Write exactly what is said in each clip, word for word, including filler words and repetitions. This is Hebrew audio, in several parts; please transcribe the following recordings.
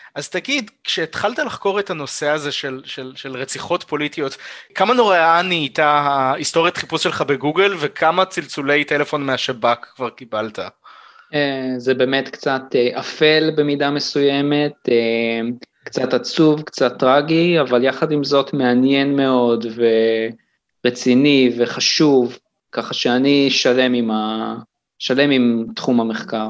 אז תגיד, כשהתחלת לחקור את הנושא הזה של, של, של רציחות פוליטיות, כמה נוראה נהייתה ההיסטוריית חיפוש שלך בגוגל, וכמה צלצולי טלפון מהשב"כ כבר קיבלת? זה באמת קצת אפל במידה מסוימת, קצת עצוב, קצת טרגי, אבל יחד עם זאת מעניין מאוד ורציני וחשוב, ככה שאני שלם עם, ה... שלם עם תחום המחקר.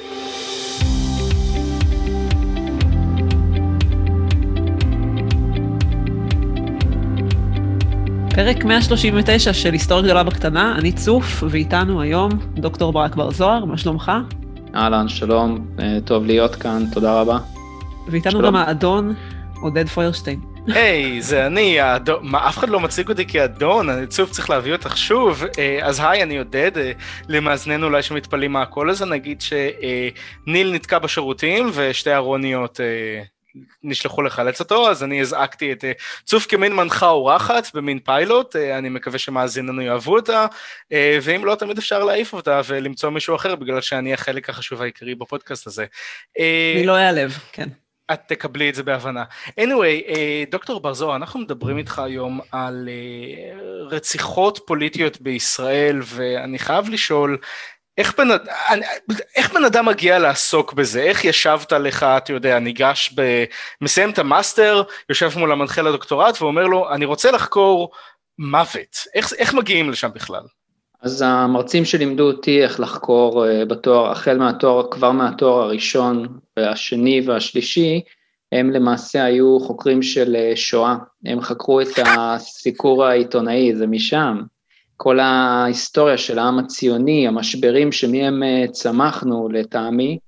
פרק מאה שלושים ותשע של היסטוריה גדולה בקטנה, אני צוף, ואיתנו היום דוקטור ברק בר זוהר, מה שלומך? אהלן, שלום, טוב להיות כאן, תודה רבה. ואיתנו שלום. גם האדון עודד פוירשטיין. היי, hey, זה אני, האדון, מה, אף אחד לא מציג אותי כאדון, אני צוף צריך להביא אותך שוב, אז היי, אני עודד, למאזננו אולי שמתפלים מה הכל הזה, נגיד שניל נתקע בשירותים, ושתי ארוניות נשלחו לחלץ אותו, אז אני הזעקתי את צוף כמין מנחה אורחת במין פיילוט, אני מקווה שמאזיננו יאהבו אותה, ואם לא, תמיד אפשר להעיף אותה ולמצוא מישהו אחר, בגלל שאני החלק החשוב העיקרי בפודקאסט הזה. אני לא אעלב, כן. את תקבלי את זה בהבנה. anyway, דוקטור בר זוהר, אנחנו מדברים איתך היום על רציחות פוליטיות בישראל, ואני חייב לשאול, איך בן, איך בן אדם מגיע לעסוק בזה? איך ישבת לך, אתה יודע, ניגש, ב, מסיים את המאסטר, יושב מול המנחה לדוקטורט, ואומר לו, אני רוצה לחקור מוות. איך, איך מגיעים לשם בכלל? אז המרצים שלימדו אותי איך לחקור בתואר, החל מהתואר, כבר מהתואר הראשון, והשני והשלישי, הם למעשה היו חוקרים של שואה. הם חקרו את הסיקור העיתונאי, זה משם. כל ההיסטוריה של העם הציוני, המשברים שמהם צמחנו לטעמי,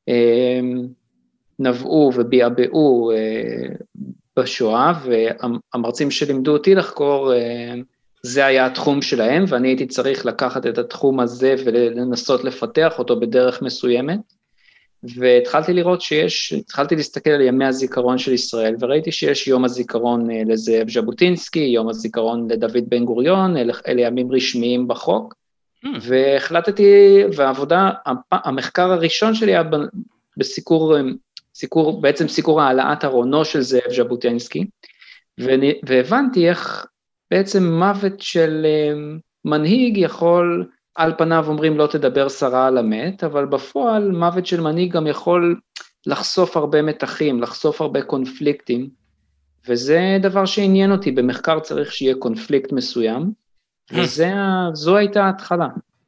נבעו וביעבעו בשואה, והמרצים שלימדו אותי לחקור, זה היה התחום שלהם, ואני הייתי צריך לקחת את התחום הזה ולנסות לפתח אותו בדרך מסוימת, והתחלתי לראות שיש, התחלתי להסתכל על ימי הזיכרון של ישראל, וראיתי שיש יום הזיכרון לזאב ז'בוטינסקי, יום הזיכרון לדוד בן גוריון, אלה, אלה ימים רשמיים בחוק, mm. והחלטתי, והעבודה, המחקר הראשון שלי היה בסיקור, סיקור, בעצם סיקור העלאת ארונו של זאב ז'בוטינסקי, והבנתי איך בעצם מוות של מנהיג יכול, על פניו אומרים לא תדבר שרה על המת, אבל בפועל מוות של מנהיג גם יכול לחשוף הרבה מתחים, לחשוף הרבה קונפליקטים, וזה דבר שעניין אותי, במחקר צריך שיהיה קונפליקט מסוים, וזו הייתה ההתחלה.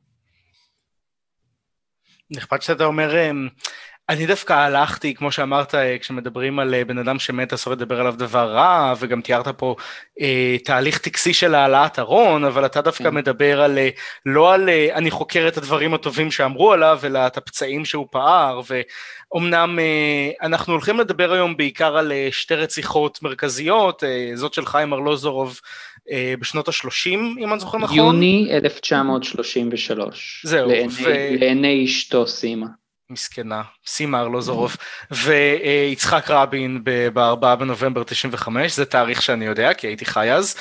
נכבד שאתה אומר, אני דווקא הלכתי, כמו שאמרת, כשמדברים על בן אדם שמת, אסור לדבר עליו דבר רע, וגם תיארת פה אה, תהליך טקסי של העלאת ארון, אבל אתה דווקא מדבר על, לא על, אני חוקר את הדברים הטובים שאמרו עליו, אלא את הפצעים שהוא פער, ואומנם אה, אנחנו הולכים לדבר היום בעיקר על שתי רציחות מרכזיות, אה, זאת של חיים ארלוזורוב, אה, בשנות ה-שלושים, אם אני זוכר נכון? יוני אלף תשע מאות שלושים ושלוש, זהו. לעיני, ו... לעיני אשתו סימה. מסכנה, סימה ארלוזורוב, ויצחק רבין ב-ארבעה בנובמבר תשעים וחמש, זה תאריך שאני יודע, כי הייתי חי אז,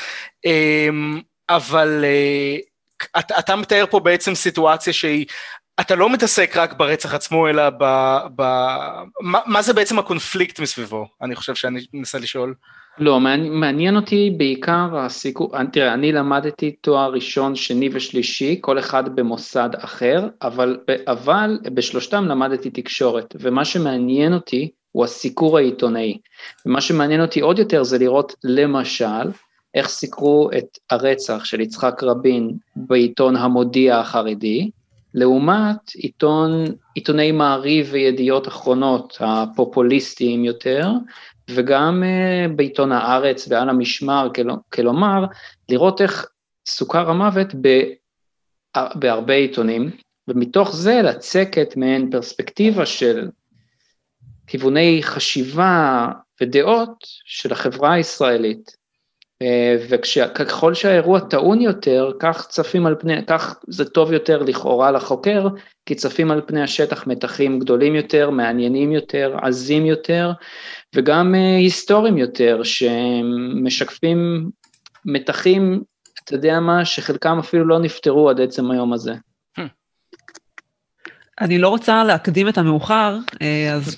אבל אתה, אתה מתאר פה בעצם סיטואציה שהיא, אתה לא מתעסק רק ברצח עצמו, אלא ב... ב מה, מה זה בעצם הקונפליקט מסביבו? אני חושב שאני מנסה לשאול. לא, מעניין אותי בעיקר הסיקור, תראה, אני למדתי תואר ראשון, שני ושלישי, כל אחד במוסד אחר, אבל, אבל בשלושתם למדתי תקשורת, ומה שמעניין אותי הוא הסיקור העיתונאי, ומה שמעניין אותי עוד יותר זה לראות למשל, איך סיקרו את הרצח של יצחק רבין בעיתון המודיע החרדי, לעומת עיתון, עיתוני מעריב וידיעות אחרונות הפופוליסטיים יותר, וגם uh, בעיתון הארץ ועל המשמר, כל, כלומר, לראות איך סוכר המוות ב, בהרבה עיתונים, ומתוך זה לצקת מעין פרספקטיבה של כיווני חשיבה ודעות של החברה הישראלית, וככל שהאירוע טעון יותר, כך צפים על פני, כך זה טוב יותר לכאורה לחוקר, כי צפים על פני השטח מתחים גדולים יותר, מעניינים יותר, עזים יותר, וגם היסטוריים יותר, שמשקפים מתחים, אתה יודע מה, שחלקם אפילו לא נפטרו עד עצם היום הזה. אני לא רוצה להקדים את המאוחר, אז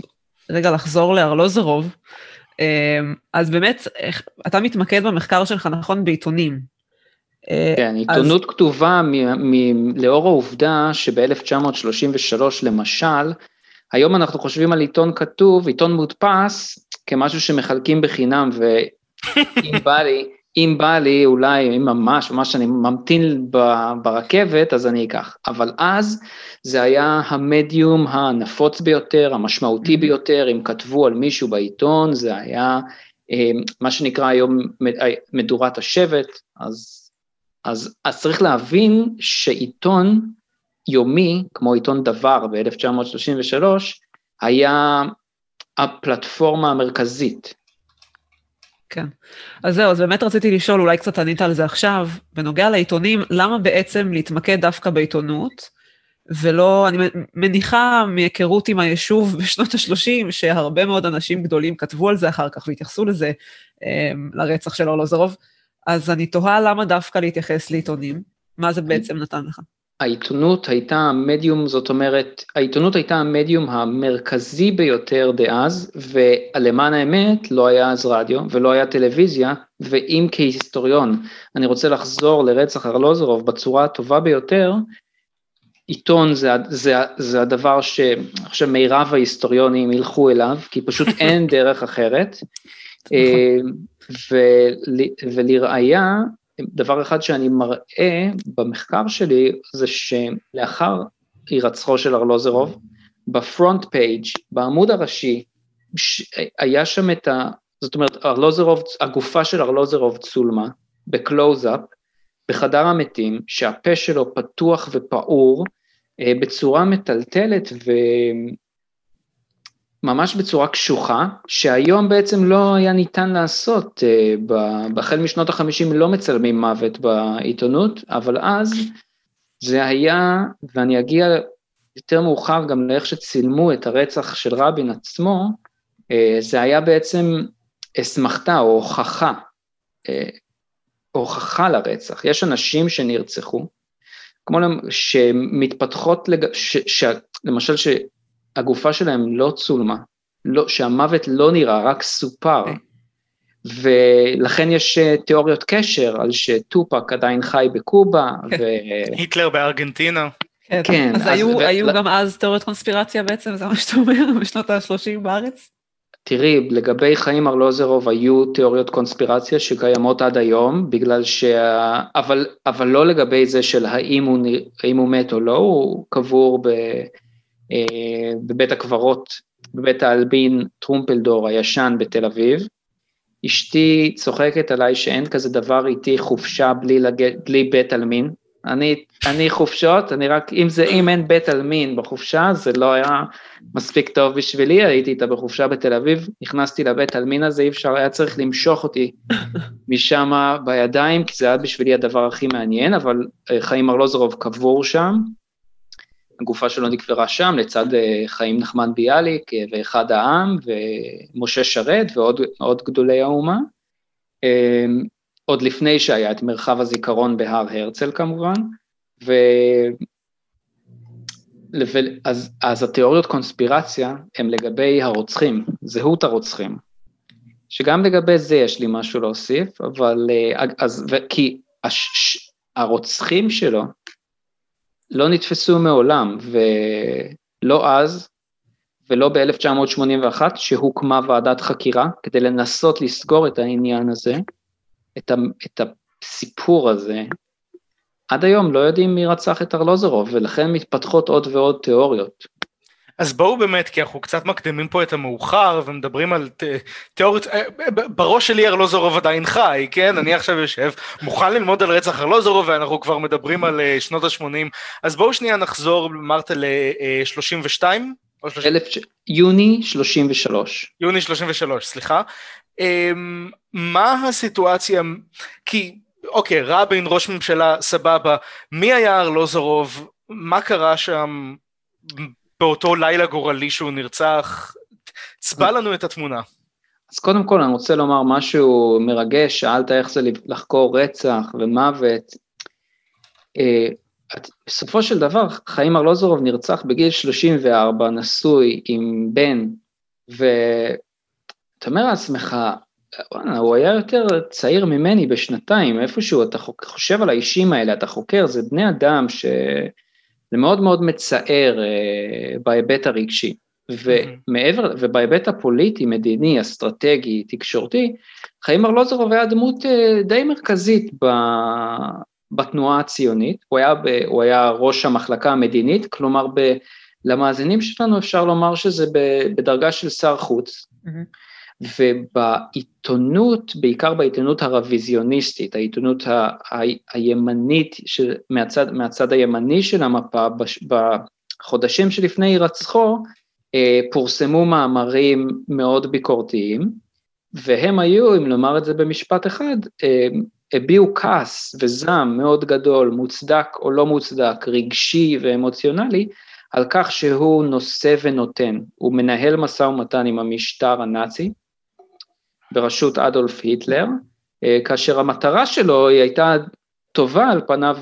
רגע לחזור לארלוזורוב, אז באמת, אתה מתמקד במחקר שלך, נכון, בעיתונים. כן, עיתונות אז... כתובה מ- מ- לאור העובדה שב-אלף תשע מאות שלושים ושלוש למשל, היום אנחנו חושבים על עיתון כתוב, עיתון מודפס, כמשהו שמחלקים בחינם, ואם בא לי, אם בא לי, אולי, אם ממש, ממש אני ממתין ברכבת, אז אני אקח. אבל אז זה היה המדיום הנפוץ ביותר, המשמעותי ביותר, אם כתבו על מישהו בעיתון, זה היה מה שנקרא היום מדורת השבט, אז, אז, אז צריך להבין שעיתון יומי, כמו עיתון דבר ב-אלף תשע מאות שלושים ושלוש, היה הפלטפורמה המרכזית. כן, אז זהו, אז באמת רציתי לשאול, אולי קצת ענית על זה עכשיו, בנוגע לעיתונים, למה בעצם להתמקד דווקא בעיתונות, ולא, אני מניחה מהיכרות עם היישוב בשנות ה-שלושים, שהרבה מאוד אנשים גדולים כתבו על זה אחר כך, והתייחסו לזה, לרצח של ארלוזורוב, אז אני תוהה למה דווקא להתייחס לעיתונים, מה זה בעצם נתן לך? העיתונות הייתה המדיום, זאת אומרת, העיתונות הייתה המדיום המרכזי ביותר דאז, ולמען האמת לא היה אז רדיו ולא היה טלוויזיה, ואם כהיסטוריון אני רוצה לחזור לרצח ארלוזורוב בצורה הטובה ביותר, עיתון זה, זה, זה הדבר שעכשיו מירב ההיסטוריונים ילכו אליו, כי פשוט אין דרך אחרת, ול, ולראיה, דבר אחד שאני מראה במחקר שלי, זה שלאחר הירצחו של ארלוזורוב, בפרונט פייג', בעמוד הראשי, היה שם את ה... זאת אומרת, ארלוזורוב, הגופה של ארלוזורוב צולמה, בקלוז-אפ, בחדר המתים, שהפה שלו פתוח ופעור, בצורה מטלטלת ו... ממש בצורה קשוחה, שהיום בעצם לא היה ניתן לעשות, בחל משנות החמישים לא מצלמים מוות בעיתונות, אבל אז זה היה, ואני אגיע יותר מאוחר גם לאיך שצילמו את הרצח של רבין עצמו, זה היה בעצם אסמכתה או הוכחה, הוכחה לרצח. יש אנשים שנרצחו, כמו שמתפתחות, ש, ש, למשל שהגופה שלהם לא צולמה, לא, שהמוות לא נראה, רק סופר, ולכן יש תיאוריות קשר על שטופק עדיין חי בקובה, ו... היטלר בארגנטינה. כן, אז, אז היו, ו... היו ו... גם אז תיאוריות קונספירציה בעצם, זה מה שאתה אומר, בשנות ה-שלושים בארץ? תראי, לגבי חיים ארלוזורוב היו תיאוריות קונספירציה שקיימות עד היום, בגלל שה... אבל, אבל לא לגבי זה של האם הוא, האם הוא מת או לא, הוא קבור ב... בבית הקברות, בבית האלבין טרומפלדור הישן בתל אביב. אשתי צוחקת עליי שאין כזה דבר איתי חופשה בלי, לג... בלי בית אלמין, אני, אני חופשות, אני רק, אם זה, אם אין בית אלמין בחופשה, זה לא היה מספיק טוב בשבילי, הייתי איתה בחופשה בתל אביב, נכנסתי לבית אלמין הזה, אי אפשר, היה צריך למשוך אותי משם בידיים, כי זה היה בשבילי הדבר הכי מעניין, אבל חיים ארלוזורוב קבור שם, הגופה שלו נקברה שם, לצד חיים נחמן ביאליק, ואחד העם, ומשה שרת, ועוד עוד גדולי האומה, עוד לפני שהיה את מרחב הזיכרון בהר הרצל כמובן, ו... אז, אז התיאוריות קונספירציה הם לגבי הרוצחים, זהות הרוצחים, שגם לגבי זה יש לי משהו להוסיף, אבל אז, כי הש, הרוצחים שלו לא נתפסו מעולם, ולא אז, ולא ב-אלף תשע מאות שמונים ואחת, שהוקמה ועדת חקירה, כדי לנסות לסגור את העניין הזה, את, ה, את הסיפור הזה, עד היום לא יודעים מי רצח את ארלוזורוב, ולכן מתפתחות עוד ועוד תיאוריות. אז בואו באמת, כי אנחנו קצת מקדימים פה את המאוחר, ומדברים על ת, תיאוריות, בראש שלי ארלוזורוב עדיין חי, כן? אני עכשיו יושב, מוכן ללמוד על רצח ארלוזורוב, ואנחנו כבר מדברים על שנות ה-שמונים, אז בואו שנייה נחזור, אמרת ל-שלושים ושתיים? יוני שלושים ושלוש. יוני שלושים ושלוש, סליחה. מה הסיטואציה, כי, אוקיי, רבין, ראש ממשלה, סבבה, מי היה ארלוזורוב, מה קרה שם באותו לילה גורלי שהוא נרצח, צבע לנו את התמונה. אז קודם כל אני רוצה לומר משהו מרגש, שאלת איך זה לחקור רצח ומוות, בסופו של דבר חיים ארלוזורוב נרצח בגיל שלושים וארבע, נשוי עם בן ואתה אומר לעצמך, הוא היה יותר צעיר ממני בשנתיים, איפשהו אתה חושב על האישים האלה, אתה חוקר, זה בני אדם שזה מאוד מאוד מצער בהיבט הרגשי, ומעבר, ובהיבט הפוליטי, מדיני, אסטרטגי, תקשורתי, חיים ארלוזורוב היה דמות די מרכזית בתנועה הציונית, הוא היה, ב, הוא היה ראש המחלקה המדינית, כלומר ב, למאזינים שלנו אפשר לומר שזה בדרגה של שר חוץ, ובעיתונות, בעיקר בעיתונות הרוויזיוניסטית, העיתונות ה, ה, הימנית, של, מהצד, מהצד הימני של המפה, בחודשים שלפני הירצחו, פורסמו מאמרים מאוד ביקורתיים, והם היו, אם לומר את זה במשפט אחד, הביעו כעס וזעם מאוד גדול, מוצדק או לא מוצדק, רגשי ואמוציונלי, על כך שהוא נושא ונותן, הוא מנהל משא ומתן עם המשטר הנאצי, בראשות אדולף היטלר, כאשר המטרה שלו היא הייתה טובה על פניו,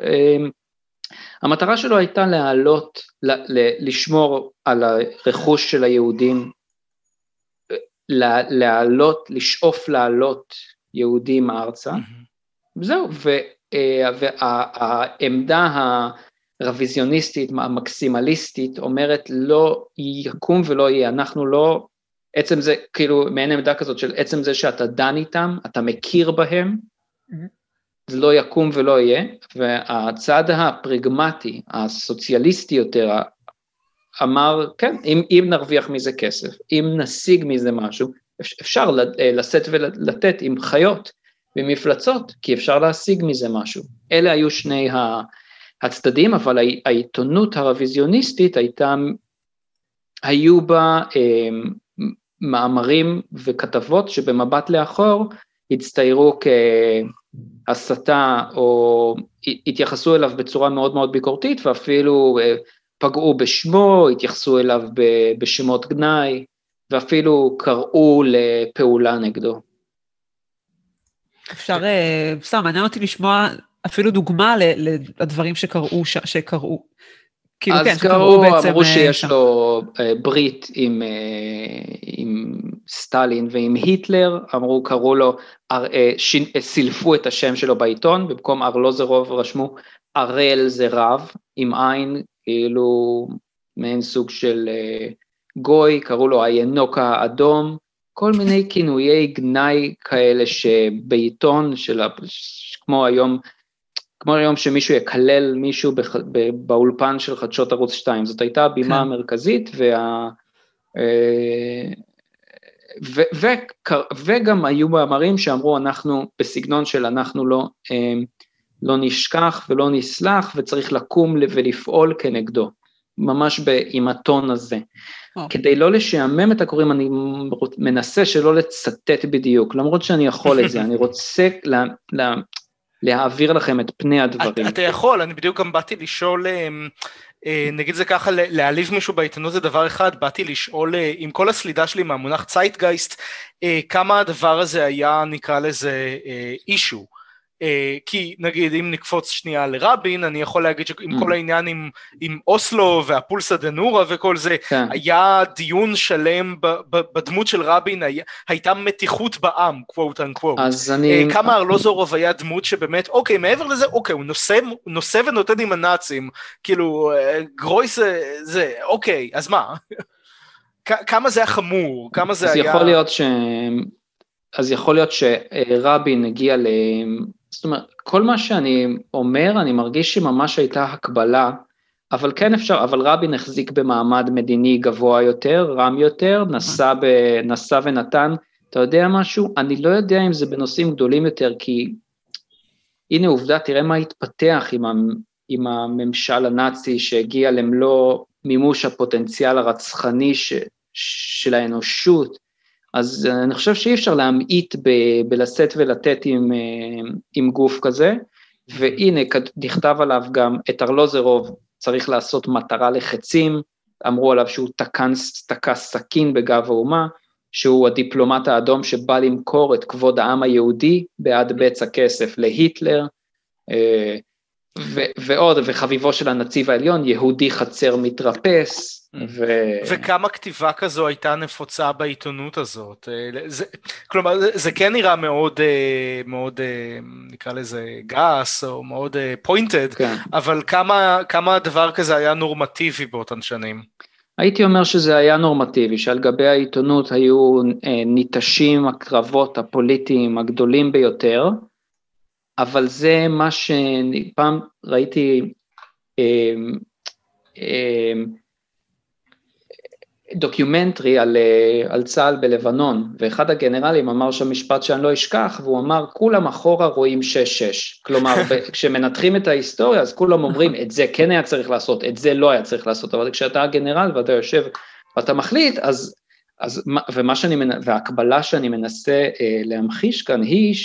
המטרה שלו הייתה להעלות, לשמור על הרכוש של היהודים, להעלות, לשאוף להעלות יהודים ארצה, וזהו, והעמדה הרוויזיוניסטית, המקסימליסטית, אומרת לא יקום ולא יהיה, אנחנו לא, עצם זה, כאילו, מעין עמדה כזאת של עצם זה שאתה דן איתם, אתה מכיר בהם, זה לא יקום ולא יהיה, והצד הפרגמטי, הסוציאליסטי יותר, אמר, כן, אם, אם נרוויח מזה כסף, אם נשיג מזה משהו, אפשר לשאת ולתת עם חיות, במפלצות, כי אפשר להשיג מזה משהו. אלה היו שני הצדדים, אבל העיתונות הרוויזיוניסטית הייתה, היו בה מאמרים וכתבות שבמבט לאחור הצטיירו כהסתה או התייחסו אליו בצורה מאוד מאוד ביקורתית, ואפילו פגעו בשמו, התייחסו אליו בשמות גנאי, ואפילו קראו לפעולה נגדו. אפשר, סתם, מעניין אותי לשמוע אפילו דוגמה לדברים שקראו, שקראו. כאילו, אז כן, קראו, בעצם, אמרו שיש שם. לו ברית עם, עם סטלין ועם היטלר, אמרו, קראו לו, סילפו את השם שלו בעיתון, במקום ארלוזורוב רשמו, ארל זה רב, עם עין, כאילו, מעין סוג של גוי, קראו לו הינוק האדום, כל מיני כינויי גנאי כאלה שבעיתון, של, כמו היום, כמו היום שמישהו יקלל מישהו בח, באולפן של חדשות ערוץ שתיים, זאת הייתה הבימה כן. המרכזית, וה, ו, ו, ו, וגם היו מאמרים שאמרו, אנחנו בסגנון של אנחנו לא, לא נשכח ולא נסלח, וצריך לקום ולפעול כנגדו, ממש עם הטון הזה. Oh. כדי לא לשעמם את הקוראים, אני מנסה שלא לצטט בדיוק, למרות שאני יכול את זה, אני רוצה לה, לה, להעביר לכם את פני הדברים. אתה יכול, אני בדיוק גם באתי לשאול, נגיד זה ככה, להעליב מישהו בעיתונות זה דבר אחד, באתי לשאול, עם כל הסלידה שלי מהמונח צייטגייסט, כמה הדבר הזה היה, נקרא לזה, אישו. כי נגיד אם נקפוץ שנייה לרבין, אני יכול להגיד שעם כל העניין עם, עם אוסלו והפולסא דנורא וכל זה, כן. היה דיון שלם בדמות של רבין, היה, הייתה מתיחות בעם, quote unquote. אז אני... כמה ארלוזורוב היה דמות שבאמת, אוקיי, מעבר לזה, אוקיי, הוא נושא, נושא ונותן עם הנאצים, כאילו, גרויס זה, זה, אוקיי, אז מה? כמה זה היה חמור, כמה זה אז היה... יכול להיות ש... אז יכול להיות שרבין הגיע ל... זאת אומרת, כל מה שאני אומר, אני מרגיש שממש הייתה הקבלה, אבל כן אפשר, אבל רבין החזיק במעמד מדיני גבוה יותר, רם יותר, נסע, ב, נסע ונתן, אתה יודע משהו? אני לא יודע אם זה בנושאים גדולים יותר, כי הנה עובדה, תראה מה התפתח עם, ה, עם הממשל הנאצי, שהגיע למלוא מימוש הפוטנציאל הרצחני ש, של האנושות, אז אני חושב שאי אפשר להמעיט ב- בלשאת ולתת עם, עם גוף כזה, והנה נכתב עליו גם את ארלוזורוב, צריך לעשות מטרה לחצים, אמרו עליו שהוא תקע סכין בגב האומה, שהוא הדיפלומט האדום שבא למכור את כבוד העם היהודי, בעד בצע כסף להיטלר, ו- ועוד, וחביבו של הנציב העליון, יהודי חצר מתרפס, ו... וכמה כתיבה כזו הייתה נפוצה בעיתונות הזאת, זה, כלומר זה, זה כן נראה מאוד, מאוד נקרא לזה גס או מאוד פוינטד, כן. אבל כמה, כמה דבר כזה היה נורמטיבי באותן שנים? הייתי אומר שזה היה נורמטיבי, שעל גבי העיתונות היו ניטשים הקרבות הפוליטיים הגדולים ביותר, אבל זה מה שפעם ראיתי אה, אה, דוקיומנטרי על, על צה"ל בלבנון, ואחד הגנרלים אמר שם משפט שאני לא אשכח, והוא אמר, כולם אחורה רואים שש שש, כלומר, כשמנתחים את ההיסטוריה, אז כולם אומרים, את זה כן היה צריך לעשות, את זה לא היה צריך לעשות, אבל כשאתה הגנרל ואתה יושב ואתה מחליט, אז, אז ומה שאני, וההקבלה שאני מנסה אה, להמחיש כאן, היא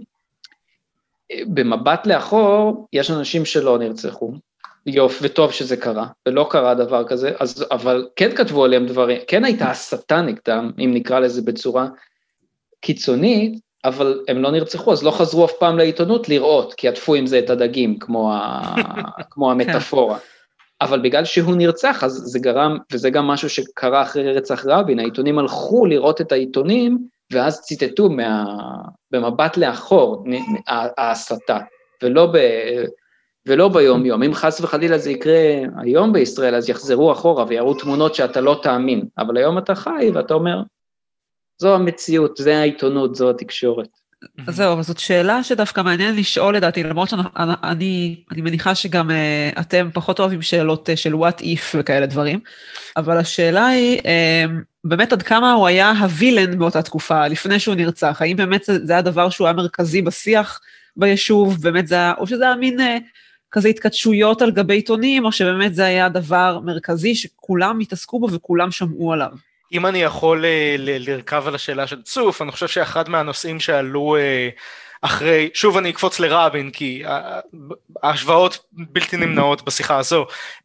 שבמבט לאחור, יש אנשים שלא נרצחו, יופ, וטוב שזה קרה, ולא קרה דבר כזה, אז, אבל כן כתבו עליהם דברים, כן הייתה הסתה נגדם, אם נקרא לזה בצורה קיצונית, אבל הם לא נרצחו, אז לא חזרו אף פעם לעיתונות לראות, כי עטפו עם זה את הדגים, כמו, ה, כמו המטאפורה. אבל בגלל שהוא נרצח, אז זה גרם, וזה גם משהו שקרה אחרי רצח רבין, העיתונים הלכו לראות את העיתונים, ואז ציטטו מה, במבט לאחור, ההסתה, ולא ב... ולא ביום יום, אם חס וחלילה זה יקרה היום בישראל, אז יחזרו אחורה ויראו תמונות שאתה לא תאמין, אבל היום אתה חי ואתה אומר, זו המציאות, זה העיתונות, זו התקשורת. אז זהו, אבל זאת שאלה שדווקא מעניין לשאול לדעתי, למרות שאני אני מניחה שגם uh, אתם פחות אוהבים שאלות uh, של what if וכאלה דברים, אבל השאלה היא, uh, באמת עד כמה הוא היה הווילן באותה תקופה, לפני שהוא נרצח, האם באמת זה, זה היה דבר שהוא היה מרכזי בשיח ביישוב, באמת זה היה, או שזה היה מין... Uh, כזה התקדשויות על גבי עיתונים, או שבאמת זה היה דבר מרכזי שכולם התעסקו בו וכולם שמעו עליו. אם אני יכול ל- לרכב על השאלה של צוף, אני חושב שאחד מהנושאים שעלו אחרי, שוב אני אקפוץ לרבין, כי ההשוואות בלתי נמנעות בשיחה הזו,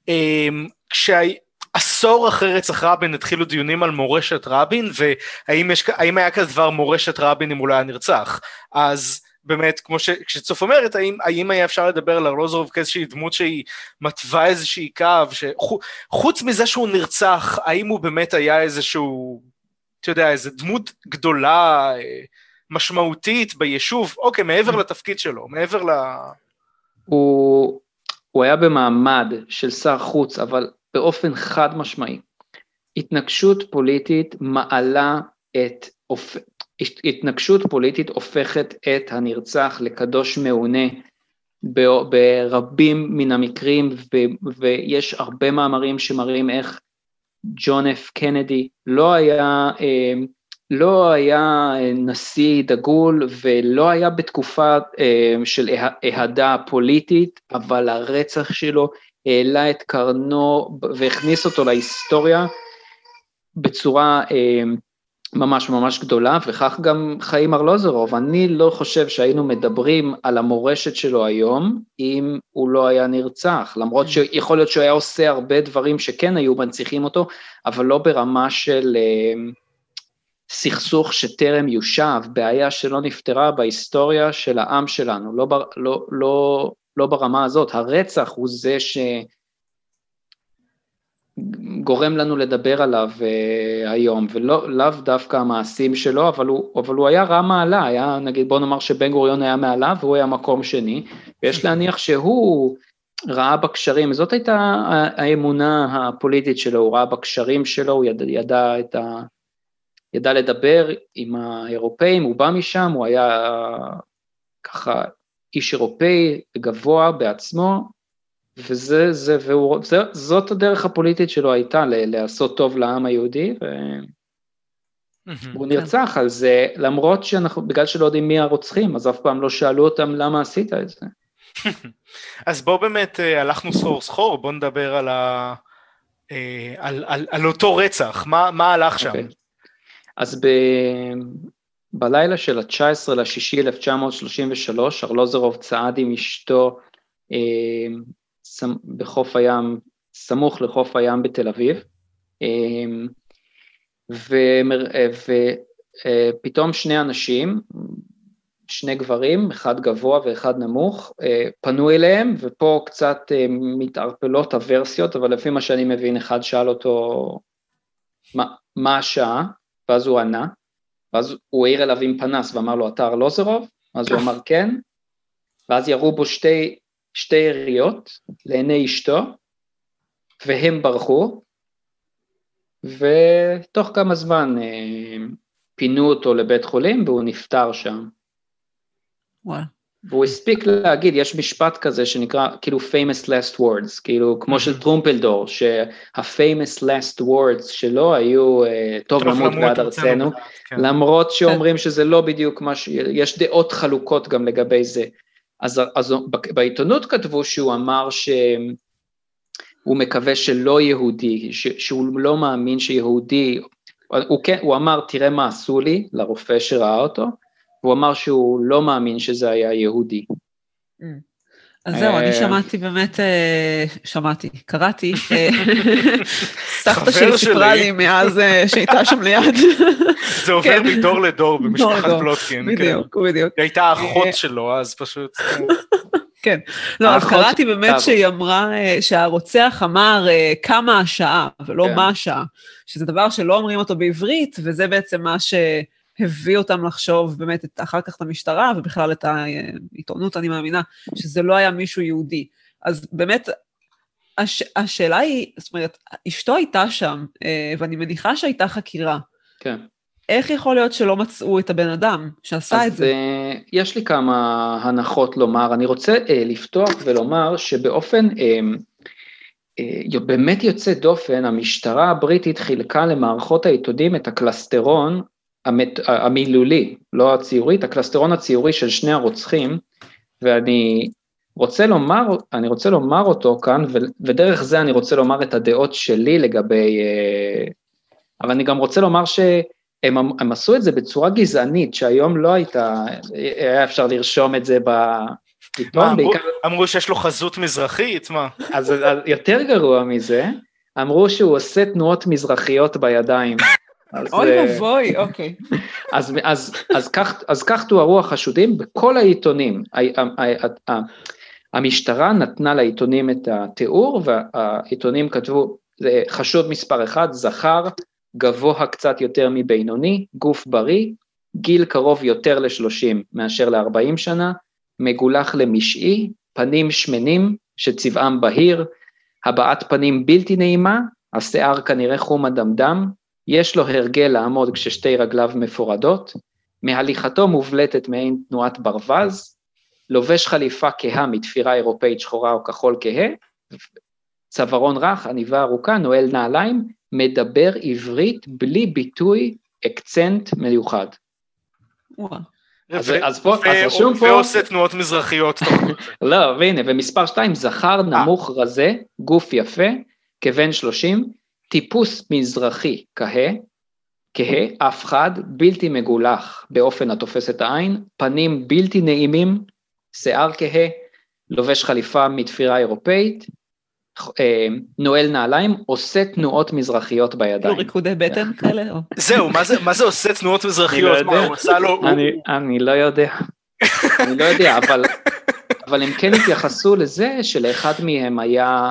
כשעשור אחרי רצח רבין התחילו דיונים על מורשת רבין, והאם יש, האם היה כזה דבר מורשת רבין אם הוא לא היה נרצח, אז... באמת, כמו ש... כשצוף אומרת, האם, האם היה אפשר לדבר על ארלוזורוב כאיזושהי דמות שהיא מתווה איזושהי קו, שחוץ מזה שהוא נרצח, האם הוא באמת היה איזשהו, אתה יודע, איזו דמות גדולה, משמעותית ביישוב, אוקיי, מעבר לתפקיד שלו, מעבר ל... הוא, הוא היה במעמד של שר חוץ, אבל באופן חד משמעי. התנגשות פוליטית מעלה את... התנגשות פוליטית הופכת את הנרצח לקדוש מעונה ברבים מן המקרים, ו- ויש הרבה מאמרים שמראים איך ג'ון אף קנדי לא היה, לא היה נשיא דגול, ולא היה בתקופה של אהדה פוליטית, אבל הרצח שלו העלה את קרנו והכניס אותו להיסטוריה בצורה ממש ממש גדולה, וכך גם חיים ארלוזורוב. אני לא חושב שהיינו מדברים על המורשת שלו היום, אם הוא לא היה נרצח, למרות שיכול להיות שהוא היה עושה הרבה דברים שכן היו מנציחים אותו, אבל לא ברמה של אה, סכסוך שטרם יושב, בעיה שלא נפתרה בהיסטוריה של העם שלנו, לא, לא, לא, לא ברמה הזאת. הרצח הוא זה ש... גורם לנו לדבר עליו uh, היום, ולא לאו דווקא המעשים שלו, אבל הוא, אבל הוא היה רע מעלה, היה, נגיד, בוא נאמר שבן גוריון היה מעלה, והוא היה מקום שני, ויש להניח שהוא ראה בקשרים, זאת הייתה האמונה הפוליטית שלו, הוא ראה בקשרים שלו, הוא ידע, ידע, את ה, ידע לדבר עם האירופאים, הוא בא משם, הוא היה ככה איש אירופאי גבוה בעצמו, וזה, זה, והוא, זה, זאת הדרך הפוליטית שלו הייתה, לעשות טוב לעם היהודי, והוא נרצח על זה, למרות שאנחנו, בגלל שלא יודעים מי הרוצחים, אז אף פעם לא שאלו אותם למה עשית את זה. אז בוא באמת, הלכנו סחור סחור, בוא נדבר על, ה, על, על, על אותו רצח, מה, מה הלך שם? Okay. אז ב, בלילה של ה-תשעה עשר לשישי אלף תשע מאות שלושים ושלוש, ארלוזורוב צעד עם אשתו, בחוף הים, סמוך לחוף הים בתל אביב, ופתאום שני אנשים שני גברים, אחד גבוה ואחד נמוך, פנו אליהם, ופה קצת מתערפלות הוורסיות, אבל לפי מה שאני מבין, אחד שאל אותו, מה, מה השעה? ואז הוא ענה, ואז הוא העיר אליו עם פנס, ואמר לו, אתה ארלוזורוב? אז הוא אמר כן, ואז ירו בו שתי, שתי יריות לעיני אשתו, והם ברחו, ותוך כמה זמן פינו אותו לבית חולים, והוא נפטר שם. וואו. והוא הספיק להגיד, יש משפט כזה שנקרא כאילו famous last words, כאילו כמו של טרומפלדור, שה-famous last words שלו היו טוב למות בעד ארצנו, למרות שאומרים שזה לא בדיוק מה ש... יש דעות חלוקות גם לגבי זה. אז, אז בעיתונות כתבו שהוא אמר שהוא מקווה שלא יהודי, ש, שהוא לא מאמין שיהודי, הוא, כן, הוא אמר תראה מה עשו לי, לרופא שראה אותו, הוא אמר שהוא לא מאמין שזה היה יהודי. אז זהו, אני שמעתי באמת, שמעתי, קראתי, סבתא שלי סיפרה לי מאז שהייתה שם ליד. זה עובר מדור לדור במשפחת פלוטקין. בדיוק, בדיוק. היא הייתה אחות שלו, אז פשוט... כן, לא, אז קראתי באמת שהיא אמרה, שהרוצח אמר כמה השעה, ולא מה השעה, שזה דבר שלא אומרים אותו בעברית, וזה בעצם מה ש... הביא אותם לחשוב באמת את, אחר כך את המשטרה, ובכלל את העיתונות, אני מאמינה, שזה לא היה מישהו יהודי. אז באמת, הש, השאלה היא, זאת אומרת, אשתו הייתה שם, ואני מניחה שהייתה חקירה. כן. איך יכול להיות שלא מצאו את הבן אדם שעשה את זה? אז יש לי כמה הנחות לומר, אני רוצה לפתוח ולומר שבאופן, באמת יוצא דופן, המשטרה הבריטית חילקה למערכות העיתונים את הקלסטרון, המילולי, לא הציורי, את הקלסטרון הציורי של שני הרוצחים, ואני רוצה לומר, אני רוצה לומר אותו כאן, ודרך זה אני רוצה לומר את הדעות שלי לגבי, אבל אני גם רוצה לומר שהם הם עשו את זה בצורה גזענית, שהיום לא הייתה, היה אפשר לרשום את זה בעיתון. אמרו, אמרו שיש לו חזות מזרחית, מה? אז, אז יותר גרוע מזה, אמרו שהוא עושה תנועות מזרחיות בידיים. אוי ובוי, אוקיי. אז, אז, אז כך, אז כך תוארו החשודים בכל העיתונים. המשטרה נתנה לעיתונים את התיאור, והעיתונים כתבו, זה חשוד מספר אחד, זכר, גבוה קצת יותר מבינוני, גוף בריא, גיל קרוב יותר ל-שלושים מאשר ל-ארבעים שנה, מגולח למשעי, פנים שמנים שצבעם בהיר, הבעת פנים בלתי נעימה, השיער כנראה חום אדמדם, יש לו הרגל לעמוד כששתי רגליו מפורדות, מהליכתו מובלטת מעין תנועת ברווז, לובש חליפה כהה מתפירה אירופאית שחורה או כחול כהה, צווארון רך, עניבה ארוכה, נועל נעליים, מדבר עברית בלי ביטוי אקצנט מיוחד. וואו. אז פה, אז רשום פה... ועושה תנועות מזרחיות. לא, והנה, ומספר שתיים, זכר נמוך רזה, גוף יפה, כבן שלושים, טיפוס מזרחי כהה, כהה, אף חד, בלתי מגולח באופן התופס את העין, פנים בלתי נעימים, שיער כהה, לובש חליפה מתפירה אירופאית, נועל נעליים, עושה תנועות מזרחיות בידיים. לא ריקודי בטן כאלה? זהו, מה זה עושה תנועות מזרחיות? אני לא יודע, אני לא יודע, אבל הם כן התייחסו לזה שלאחד מהם היה...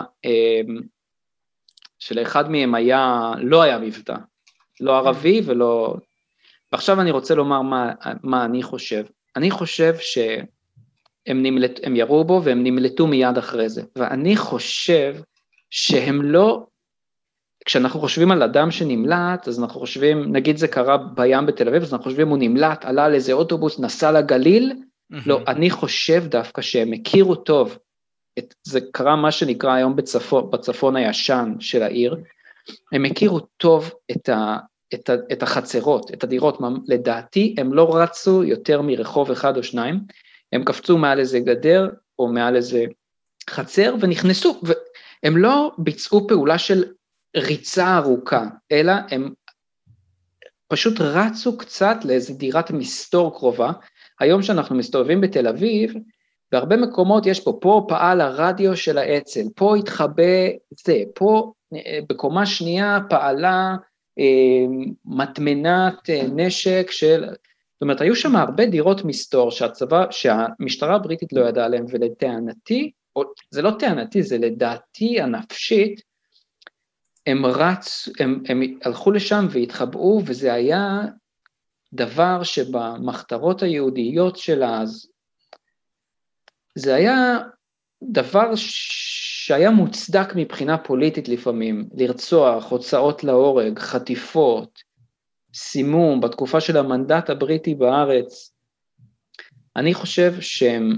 שלאחד מהם היה, לא היה מבטא, לא ערבי ולא... ועכשיו אני רוצה לומר מה, מה אני חושב. אני חושב שהם נמלט, הם ירו בו והם נמלטו מיד אחרי זה, ואני חושב שהם לא, כשאנחנו חושבים על אדם שנמלט, אז אנחנו חושבים, נגיד זה קרה בים בתל אביב, אז אנחנו חושבים הוא נמלט, עלה על איזה אוטובוס, נסע לגליל, לא, אני חושב דווקא שהם הכירו טוב, את, זה קרה מה שנקרא היום בצפון, בצפון הישן של העיר, הם הכירו טוב את, ה, את, ה, את החצרות, את הדירות, לדעתי הם לא רצו יותר מרחוב אחד או שניים, הם קפצו מעל איזה גדר או מעל איזה חצר ונכנסו, והם לא ביצעו פעולה של ריצה ארוכה, אלא הם פשוט רצו קצת לאיזה דירת מסתור קרובה, היום שאנחנו מסתובבים בתל אביב, בהרבה מקומות יש פה, פה פעל הרדיו של האצ"ל, פה התחבא זה, פה בקומה שנייה פעלה אה, מטמנת אה, נשק של, זאת אומרת, היו שם הרבה דירות מסתור שהצבא, שהמשטרה הבריטית לא ידעה עליהם, ולטענתי, או, זה לא טענתי, זה לדעתי הנפשית, הם רץ, הם, הם הלכו לשם והתחבאו, וזה היה דבר שבמחתרות היהודיות של אז, זה היה דבר שהיה מוצדק מבחינה פוליטית לפעמים, לרצוח, הוצאות להורג, חטיפות, סימום, בתקופה של המנדט הבריטי בארץ. אני חושב שהם,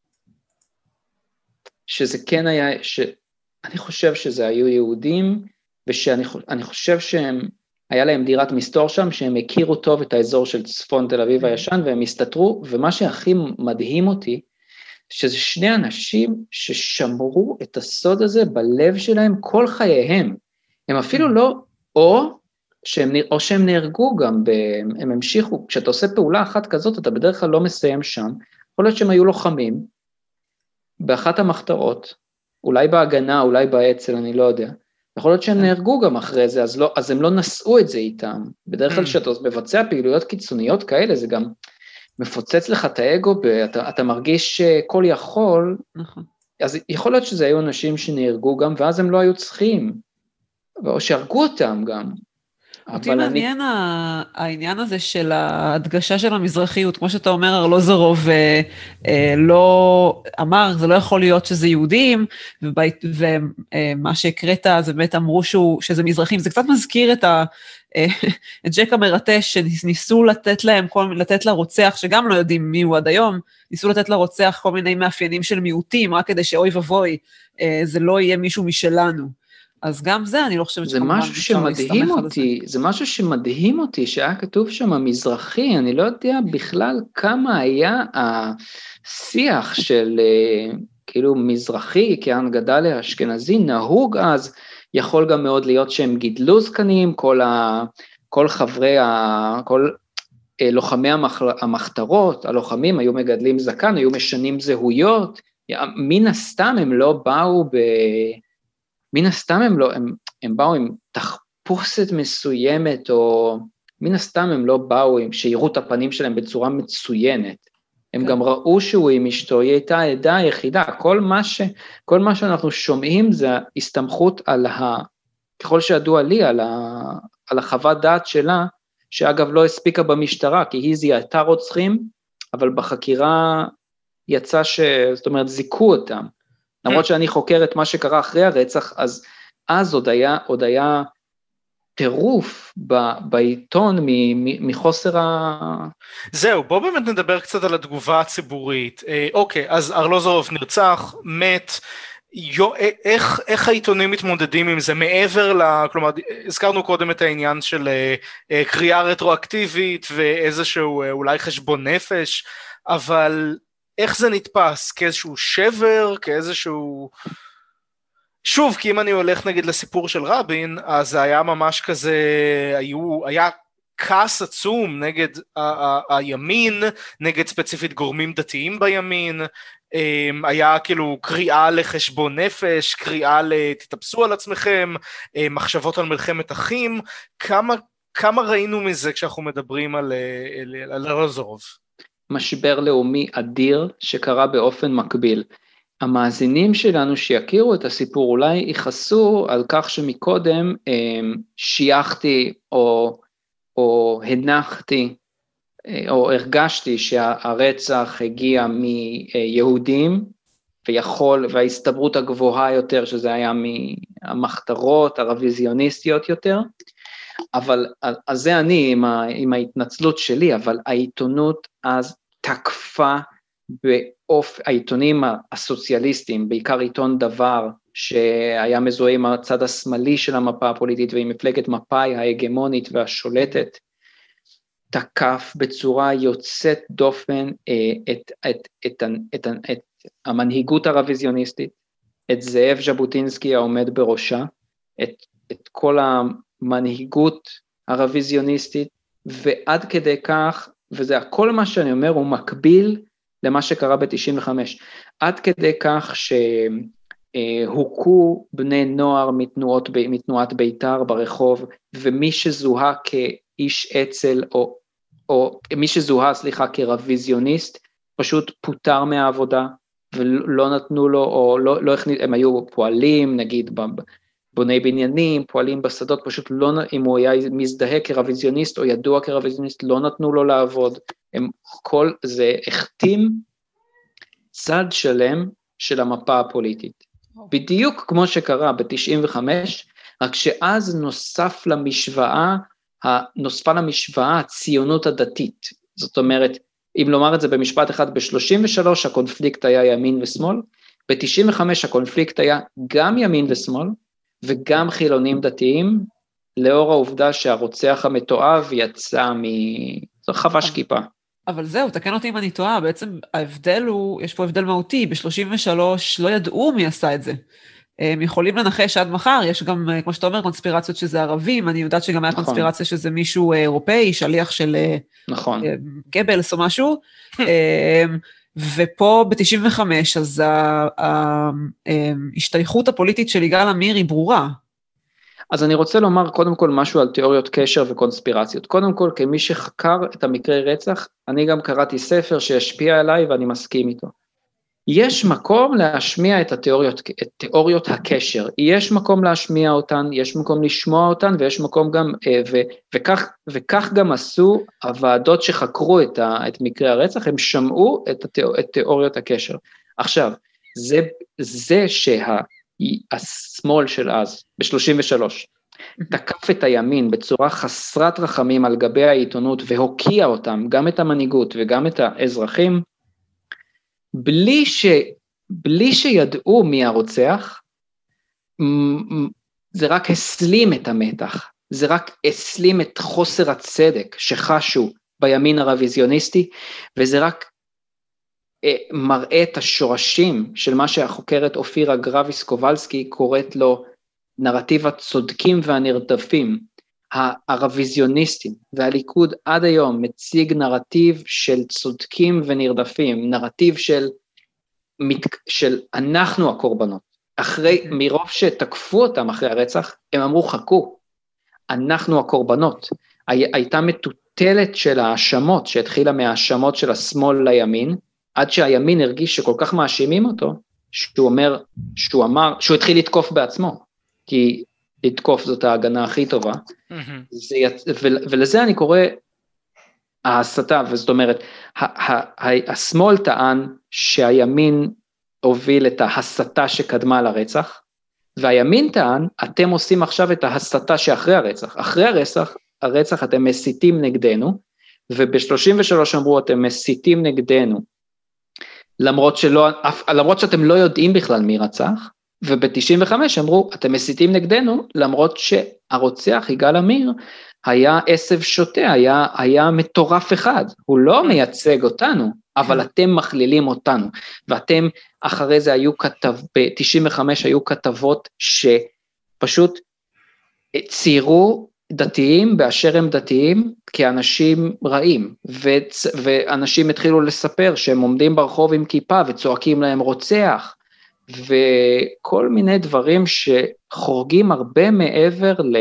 שזה כן היה, ש, אני חושב שזה היו יהודים, ושאני אני חושב שהם, היה להם דירת מסתור שם, שהם הכירו טוב את האזור של צפון תל אביב הישן, והם הסתתרו, ומה שהכי מדהים אותי, שזה שני אנשים ששמרו את הסוד הזה בלב שלהם כל חייהם. הם אפילו לא, או שהם, או שהם נהרגו גם, הם המשיכו, כשאתה עושה פעולה אחת כזאת, אתה בדרך כלל לא מסיים שם, יכול להיות שהם היו לוחמים, באחת המחתרות, אולי בהגנה, אולי באצ"ל, אני לא יודע, יכול להיות שהם נהרגו גם אחרי זה, אז, לא, אז הם לא נשאו את זה איתם. בדרך כלל כשאתה מבצע פעילויות קיצוניות כאלה, זה גם מפוצץ לך את האגו, אתה, אתה מרגיש כל יכול, נכון. אז יכול להיות שזה היו אנשים שנהרגו גם, ואז הם לא היו צריכים, או שהרגו אותם גם. אותי מעניין אני... העניין הזה של ההדגשה של המזרחיות, כמו שאתה אומר, ארלוזורוב אה, לא אמר, זה לא יכול להיות שזה יהודים, ובית, ומה שהקראת, זה באמת אמרו שהוא, שזה מזרחים, זה קצת מזכיר את, ה, אה, את ג'ק המרטש, שניסו לתת להם, כל, לתת לרוצח, שגם לא יודעים מי הוא עד היום, ניסו לתת לרוצח כל מיני מאפיינים של מיעוטים, רק כדי שאוי ובוי, אה, זה לא יהיה מישהו משלנו. אז גם זה, אני לא חושבת שכמובן אפשר להסתמך על זה. זה משהו שמדהים אותי, שהיה כתוב שם המזרחי, אני לא יודע בכלל כמה היה השיח של כאילו מזרחי, כען גדל האשכנזי, נהוג אז, יכול גם מאוד להיות שהם גידלו זקנים, כל, ה, כל חברי, ה, כל לוחמי המחתרות, הלוחמים היו מגדלים זקן, היו משנים זהויות, מן הסתם הם לא באו ב... מן הסתם הם לא, הם, הם באו עם תחפושת מסוימת, או מן הסתם הם לא באו עם שיראו את הפנים שלהם בצורה מצוינת. הם גם ראו שהוא עם אשתו, היא הייתה העדה היחידה. כל מה ש, כל מה שאנחנו שומעים זה הסתמכות על ה, ככל שידוע לי, על ה, על החוות דעת שלה, שאגב לא הספיקה במשטרה, כי היא זיהתה רוצחים, אבל בחקירה יצא ש, זאת אומרת, זיקו אותם. למרות שאני חוקר את מה שקרה אחרי הרצח, אז אז עוד היה, עוד היה טירוף ב, בעיתון מ, מ, מחוסר ה... זהו, בוא באמת נדבר קצת על התגובה הציבורית. אה, אוקיי, אז ארלוזורוב נרצח, מת, יו, איך, איך העיתונים מתמודדים עם זה מעבר ל... כלומר, הזכרנו קודם את העניין של אה, קריאה רטרואקטיבית ואיזשהו אה, אולי חשבון נפש, אבל... איך זה נתפס? כאיזשהו שבר, כאיזשהו... שוב, כי אם אני הולך נגיד לסיפור של רבין, אז זה היה ממש כזה, היו, היה כעס עצום נגד ה- ה- הימין, נגד ספציפית גורמים דתיים בימין, היה כאילו קריאה לחשבון נפש, קריאה לתתאפסו על עצמכם, מחשבות על מלחמת אחים, כמה, כמה ראינו מזה כשאנחנו מדברים על, על, על ארלוזורוב? משבר לאומי אדיר שקרה באופן מקביל. המאזינים שלנו שיכירו את הסיפור אולי ייחסו על כך שמקודם שייכתי או, או הנחתי או הרגשתי שהרצח הגיע מיהודים ויכול, וההסתברות הגבוהה יותר שזה היה מהמחתרות הרוויזיוניסטיות יותר, אבל אז זה אני עם, ה, עם ההתנצלות שלי, אבל העיתונות אז תקפה באופ... העיתונים הסוציאליסטיים, בעיקר עיתון דבר, שהיה מזוהה עם הצד השמאלי של המפה הפוליטית, ועם מפלגת מפא"י ההגמונית והשולטת, תקף בצורה יוצאת דופן את, את, את, את, את, את המנהיגות הרוויזיוניסטית, את זאב ז'בוטינסקי העומד בראשה, את, את כל המנהיגות הרוויזיוניסטית, ועד כדי כך, וזה הכל מה שאני אומר, הוא מקביל למה שקרה ב-תשעים וחמש, עד כדי כך שהוכו בני נוער מתנועות, מתנועת בית"ר ברחוב, ומי שזוהה כאיש אצ"ל או, או מי שזוהה, סליחה, כרוויזיוניסט, פשוט פוטר מהעבודה, ולא נתנו לו, או לא, לא הכניס, הם היו פועלים, נגיד, בוני בניינים, פועלים בשדות, פשוט לא, אם הוא היה מזדהה כרוויזיוניסט, או ידוע כרוויזיוניסט, לא נתנו לו לעבוד, הם כל זה החתים צד שלם של המפה הפוליטית, בדיוק כמו שקרה ב-תשעים וחמש, רק שאז נוסף למשוואה, נוספה למשוואה הציונות הדתית, זאת אומרת, אם לומר את זה במשפט אחד, ב-שלושים ושלוש הקונפליקט היה ימין ושמאל, ב-תשעים וחמש הקונפליקט היה גם ימין ושמאל, וגם חילונים דתיים, לאור העובדה שהרוצח המתועב יצא מחבש כיפה. אבל זהו, תקן אותי אם אני טועה, בעצם ההבדל הוא, יש פה הבדל מהותי, ב-שלושים ושלוש לא ידעו מי עשה את זה. הם יכולים לנחש עד מחר, יש גם, כמו שאתה אומר, קונספירציות שזה ערבים, אני יודעת שגם היה קונספירציה שזה מישהו אירופאי, שליח של גבלס או משהו, ופה ב-תשעים וחמש, אז ההשתייכות הפוליטית של יגאל עמיר היא ברורה. אז אני רוצה לומר קודם כל משהו על תיאוריות קשר וקונספירציות. קודם כל, כמי שחקר את המקרי רצח, אני גם קראתי ספר שהשפיע עליי ואני מסכים איתו. יש מקום להשמיע את התיאוריות, את תיאוריות הקשר, יש מקום להשמיע אותן, יש מקום לשמוע אותן, ויש מקום גם, ו, וכך, וכך גם עשו הוועדות שחקרו את, ה, את מקרי הרצח, הם שמעו את, התיאור, את תיאוריות הקשר. עכשיו, זה, זה שהשמאל של אז, ב-שלושים ושלוש, תקף את הימין בצורה חסרת רחמים על גבי העיתונות, והוקיע אותם, גם את המנהיגות וגם את האזרחים, בלי, ש, בלי שידעו מי הרוצח, זה רק הסלים את המתח, זה רק הסלים את חוסר הצדק שחשו בימין הרוויזיוניסטי, וזה רק מראה את השורשים של מה שהחוקרת אופירה גרביס קובלסקי קוראת לו נרטיב הצודקים והנרדפים, הרוויזיוניסטים, והליכוד עד היום מציג נרטיב של צודקים ונרדפים, נרטיב של, של אנחנו הקורבנות, אחרי, מרוב שתקפו אותם אחרי הרצח, הם אמרו חכו, אנחנו הקורבנות, הי, הייתה מטוטלת של האשמות, שהתחילה מהאשמות של השמאל לימין, עד שהימין הרגיש שכל כך מאשימים אותו, שהוא אומר, שהוא אמר, שהוא התחיל לתקוף בעצמו, כי לתקוף זאת ההגנה הכי טובה, זה, ולזה אני קורא ההסתה, וזאת אומרת, השמאל טען שהימין הוביל את ההסתה שקדמה לרצח, והימין טען, אתם עושים עכשיו את ההסתה שאחרי הרצח, אחרי הרצח, הרצח אתם מסיתים נגדנו, וב-שלושים ושלוש אמרו אתם מסיתים נגדנו, למרות, שלא, למרות שאתם לא יודעים בכלל מי רצח, וב-תשעים וחמש אמרו, אתם מסיתים נגדנו, למרות שהרוצח יגאל עמיר, היה עשב שוטה, היה, היה מטורף אחד, הוא לא מייצג אותנו, אבל אתם מכלילים אותנו, ואתם אחרי זה היו כתב, ב-תשעים וחמש היו כתבות שפשוט ציירו דתיים באשר הם דתיים כאנשים רעים, ו- ואנשים התחילו לספר שהם עומדים ברחוב עם כיפה וצועקים להם רוצח, וכל מיני דברים שחורגים הרבה מעבר ל...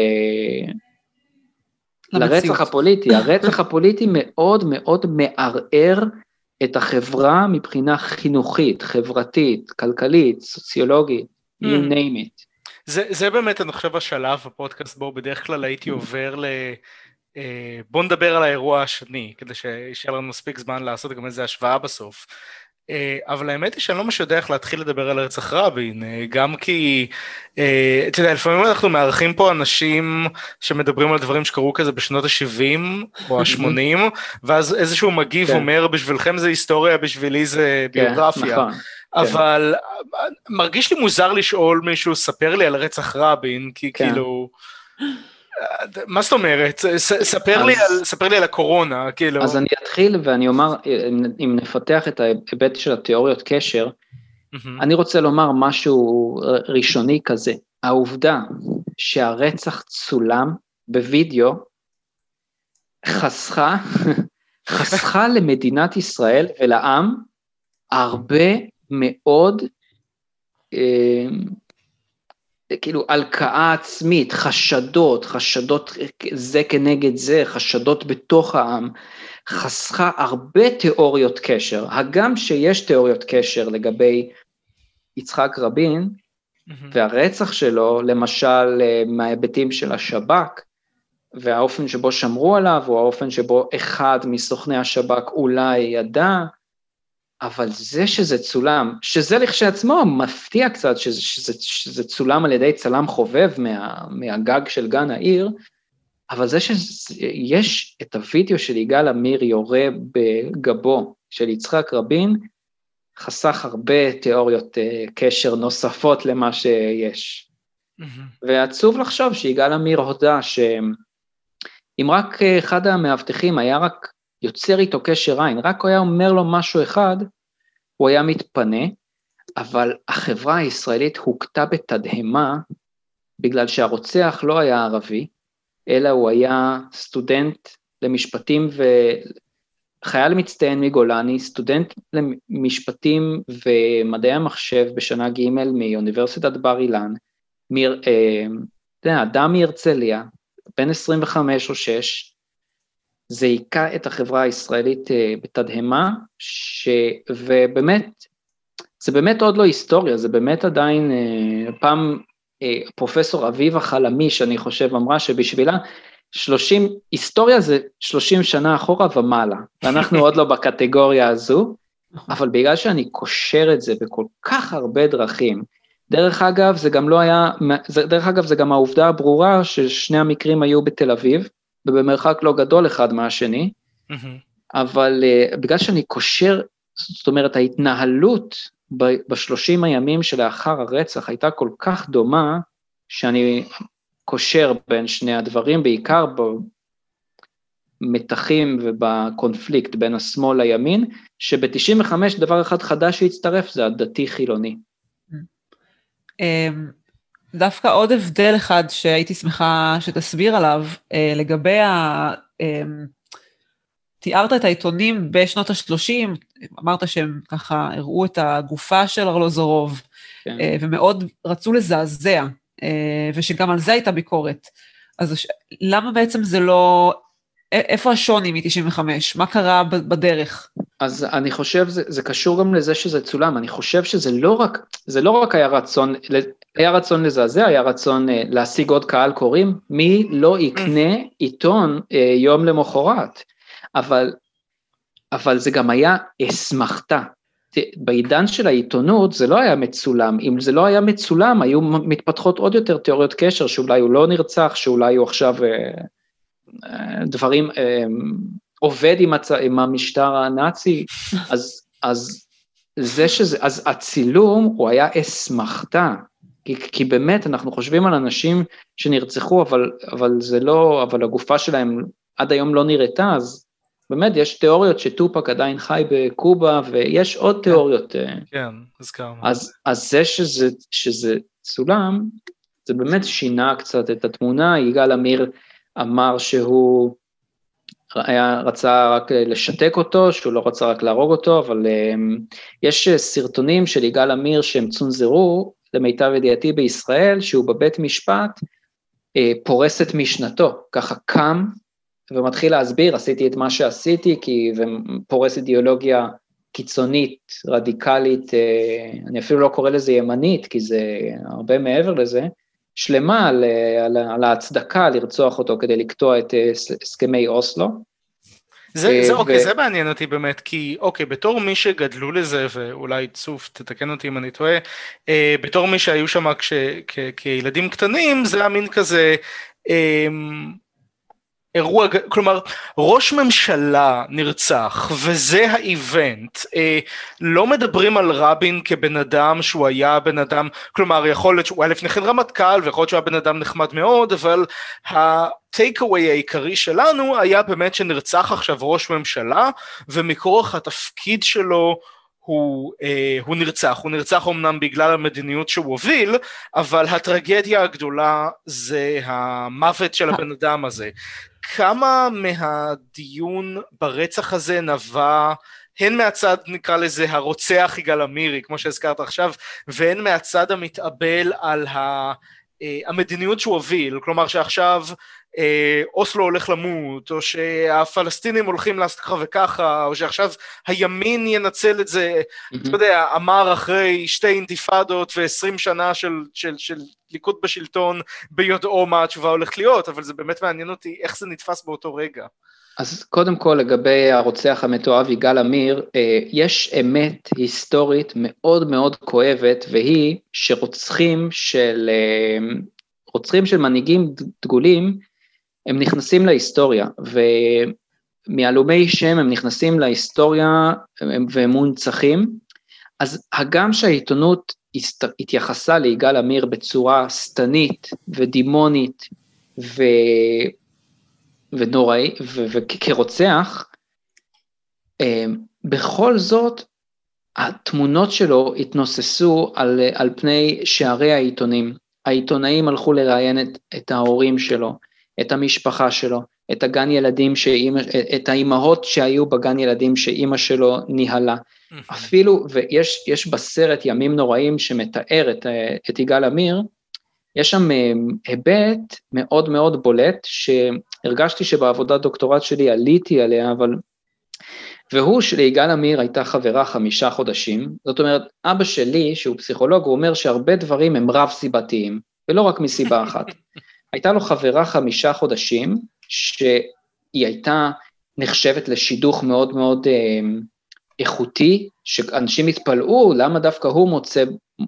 לרצח הפוליטי. הרצח הפוליטי מאוד מאוד מערער את החברה מבחינה חינוכית, חברתית, כלכלית, סוציולוגית, you name it. זה, זה באמת, אני חושב, השלב בפודקאסט בו בדרך כלל הייתי עובר ל... בוא נדבר על האירוע השני, כדי שישאר לנו מספיק זמן לעשות גם איזו השוואה בסוף. אבל האמת היא שאני לא ממש יודע איך להתחיל לדבר על רצח רבין, גם כי, אתה יודע, לפעמים אנחנו מארחים פה אנשים שמדברים על דברים שקרו כזה בשנות ה-שבעים או ה-שמונים, ואז איזשהו מגיב אומר, בשבילכם זה היסטוריה, בשבילי זה ביוגרפיה. אבל מרגיש לי מוזר לשאול מישהו, ספר לי על רצח רבין, כי כאילו... מה זאת אומרת? ספר לי על, ספר לי על הקורונה, כאילו. אז אני אתחיל ואני אומר, אם נפתח את ההיבט של התיאוריות קשר, אני רוצה לומר משהו ראשוני כזה. העובדה שהרצח צולם בווידאו, חסכה, חסכה למדינת ישראל ולעם, הרבה מאוד, כאילו הלקאה עצמית, חשדות, חשדות זה כנגד זה, חשדות בתוך העם, חסכה הרבה תיאוריות קשר, הגם שיש תיאוריות קשר לגבי יצחק רבין, mm-hmm. והרצח שלו, למשל מההיבטים של השב"כ, והאופן שבו שמרו עליו, או האופן שבו אחד מסוכני השב"כ אולי ידע, אבל זה שזה צולם, שזה לכשעצמו מפתיע קצת, שזה, שזה, שזה צולם על ידי צלם חובב מה, מהגג של גן העיר, אבל זה שיש את הוידאו של יגאל עמיר יורה בגבו של יצחק רבין, חסך הרבה תיאוריות קשר נוספות למה שיש. Mm-hmm. ועצוב לחשוב שיגאל עמיר הודע שאם רק אחד המאבטחים היה רק יוצר איתו קשר עין, רק הוא היה אומר לו משהו אחד, הוא היה מתפנה, אבל החברה הישראלית הוקטה בתדהמה, בגלל שהרוצח לא היה ערבי, אלא הוא היה סטודנט למשפטים וחייל מצטיין מגולני, סטודנט למשפטים ומדעי המחשב בשנה ג' מאוניברסיטת בר אילן, מיר, אה, אדם מהרצליה, בן עשרים וחמש או שש, זה היכה את החברה הישראלית אה, בתדהמה, ש... ובאמת, זה באמת עוד לא היסטוריה, זה באמת עדיין, אה, פעם אה, פרופסור אביבה חלמי, שאני חושב, אמרה שבשבילה, שלושים, היסטוריה זה שלושים שנה אחורה ומעלה, ואנחנו עוד לא בקטגוריה הזו, אבל בגלל שאני קושר את זה בכל כך הרבה דרכים, דרך אגב, זה גם לא היה, דרך אגב, זה גם העובדה הברורה, ששני המקרים היו בתל אביב, ובמרחק לא גדול אחד מהשני, אבל uh, בגלל שאני קושר, זאת אומרת, ההתנהלות בשלושים הימים שלאחר הרצח הייתה כל כך דומה, שאני קושר בין שני הדברים, בעיקר במתחים ובקונפליקט בין השמאל לימין, שב-תשעים וחמש דבר אחד חדש שהצטרף, זה הדתי חילוני. דווקא עוד הבדל אחד שהייתי שמחה שתסביר עליו, לגבי ה... תיארת את העיתונים בשנות ה-שלושים, אמרת שהם ככה הראו את הגופה של ארלוזורוב, כן. ומאוד רצו לזעזע, ושגם על זה הייתה ביקורת. אז למה בעצם זה לא... איפה השוני מ-תשעים וחמש? מה קרה בדרך? אז אני חושב, זה, זה קשור גם לזה שזה צולם, אני חושב שזה לא רק, זה לא רק היה רצון, היה רצון לזעזע, היה רצון להשיג עוד קהל קוראים, מי לא יקנה עיתון יום למחרת, אבל, אבל זה גם היה אסמכתה, בעידן של העיתונות זה לא היה מצולם, אם זה לא היה מצולם, היו מתפתחות עוד יותר תיאוריות קשר, שאולי הוא לא נרצח, שאולי הוא עכשיו דברים, עובד עם, הצ... עם המשטר הנאצי, אז, אז זה שזה, אז הצילום הוא היה אסמכתה, כי, כי באמת אנחנו חושבים על אנשים שנרצחו, אבל, אבל זה לא, אבל הגופה שלהם עד היום לא נראתה, אז באמת יש תיאוריות שטופק עדיין חי בקובה, ויש עוד תיאוריות. כן, הזכרנו. אז, אז זה שזה, שזה צולם, זה באמת שינה קצת את התמונה, יגאל עמיר אמר שהוא היה, רצה רק לשתק אותו, שהוא לא רצה רק להרוג אותו, אבל um, יש סרטונים של יגאל עמיר שהם צונזרו, למיטב ידיעתי בישראל, שהוא בבית משפט, uh, פורס את משנתו, ככה קם, ומתחיל להסביר, עשיתי את מה שעשיתי, כי, ופורס אידיאולוגיה קיצונית, רדיקלית, uh, אני אפילו לא קורא לזה ימנית, כי זה הרבה מעבר לזה, שלמה על, על, על ההצדקה לרצוח אותו כדי לקטוע את הסכמי אוסלו. זה, זה, ו... אוקיי, זה מעניין אותי באמת, כי אוקיי, בתור מי שגדלו לזה, ואולי צוף, תתקן אותי אם אני טועה, אה, בתור מי שהיו שם כש, כ, כילדים קטנים, זה המין כזה, אה, אירוע, כלומר, ראש ממשלה נרצח, וזה האיבנט, אה, לא מדברים על רבין כבן אדם שהוא היה בן אדם, כלומר, יכול להיות שהוא היה לפני כן רמטכ"ל, ויכול להיות שהוא היה בן אדם נחמד מאוד, אבל הטייק אווי העיקרי שלנו היה באמת שנרצח עכשיו ראש ממשלה, ומכורח התפקיד שלו, הוא, אה, הוא נרצח, הוא נרצח אמנם בגלל המדיניות שהוא הוביל, אבל הטרגדיה הגדולה זה המוות של הבן אדם הזה. כמה מהדיון ברצח הזה נבע, הן מהצד נקרא לזה הרוצח יגאל עמירי, כמו שהזכרת עכשיו, והן מהצד המתאבל על המדיניות שהוא הוביל, כלומר שעכשיו אוסלו הולך למות, או שהפלסטינים הולכים לעשות ככה וככה, או שעכשיו הימין ינצל את זה, אתה יודע, אמר אחרי שתי אינתיפאדות ועשרים שנה של, של, של ליכוד בשלטון, ביודעו מה התשובה הולכת להיות, אבל זה באמת מעניין אותי איך זה נתפס באותו רגע. אז קודם כל לגבי הרוצח המתועב יגאל עמיר, יש אמת היסטורית מאוד מאוד כואבת, והיא שרוצחים של, רוצחים של מנהיגים דגולים, הם נכנסים להיסטוריה, ומעלומי שם הם נכנסים להיסטוריה והם מונצחים, אז הגם שהעיתונות התייחסה ליגאל עמיר בצורה סתנית ודימונית ו... ונוראי, וכרוצח, בכל זאת, התמונות שלו התנוססו על, על פני שערי העיתונים. העיתונאים הלכו לראיין את, את ההורים שלו, את המשפחה שלו, את הגן ילדים, שאימא, את האימהות שהיו בגן ילדים שאימא שלו ניהלה. אפילו, ויש יש בסרט ימים נוראים שמתאר את, את יגאל עמיר, יש שם היבט מאוד מאוד בולט, שהרגשתי שבעבודת דוקטורט שלי עליתי עליה, אבל, והוא שליגאל עמיר הייתה חברה חמישה חודשים, זאת אומרת, אבא שלי, שהוא פסיכולוג, הוא אומר שהרבה דברים הם רב סיבתיים, ולא רק מסיבה אחת. הייתה לו חברה חמישה חודשים, שהיא הייתה נחשבת לשידוך מאוד מאוד אה, איכותי, שאנשים התפלאו, למה דווקא הוא מוצא,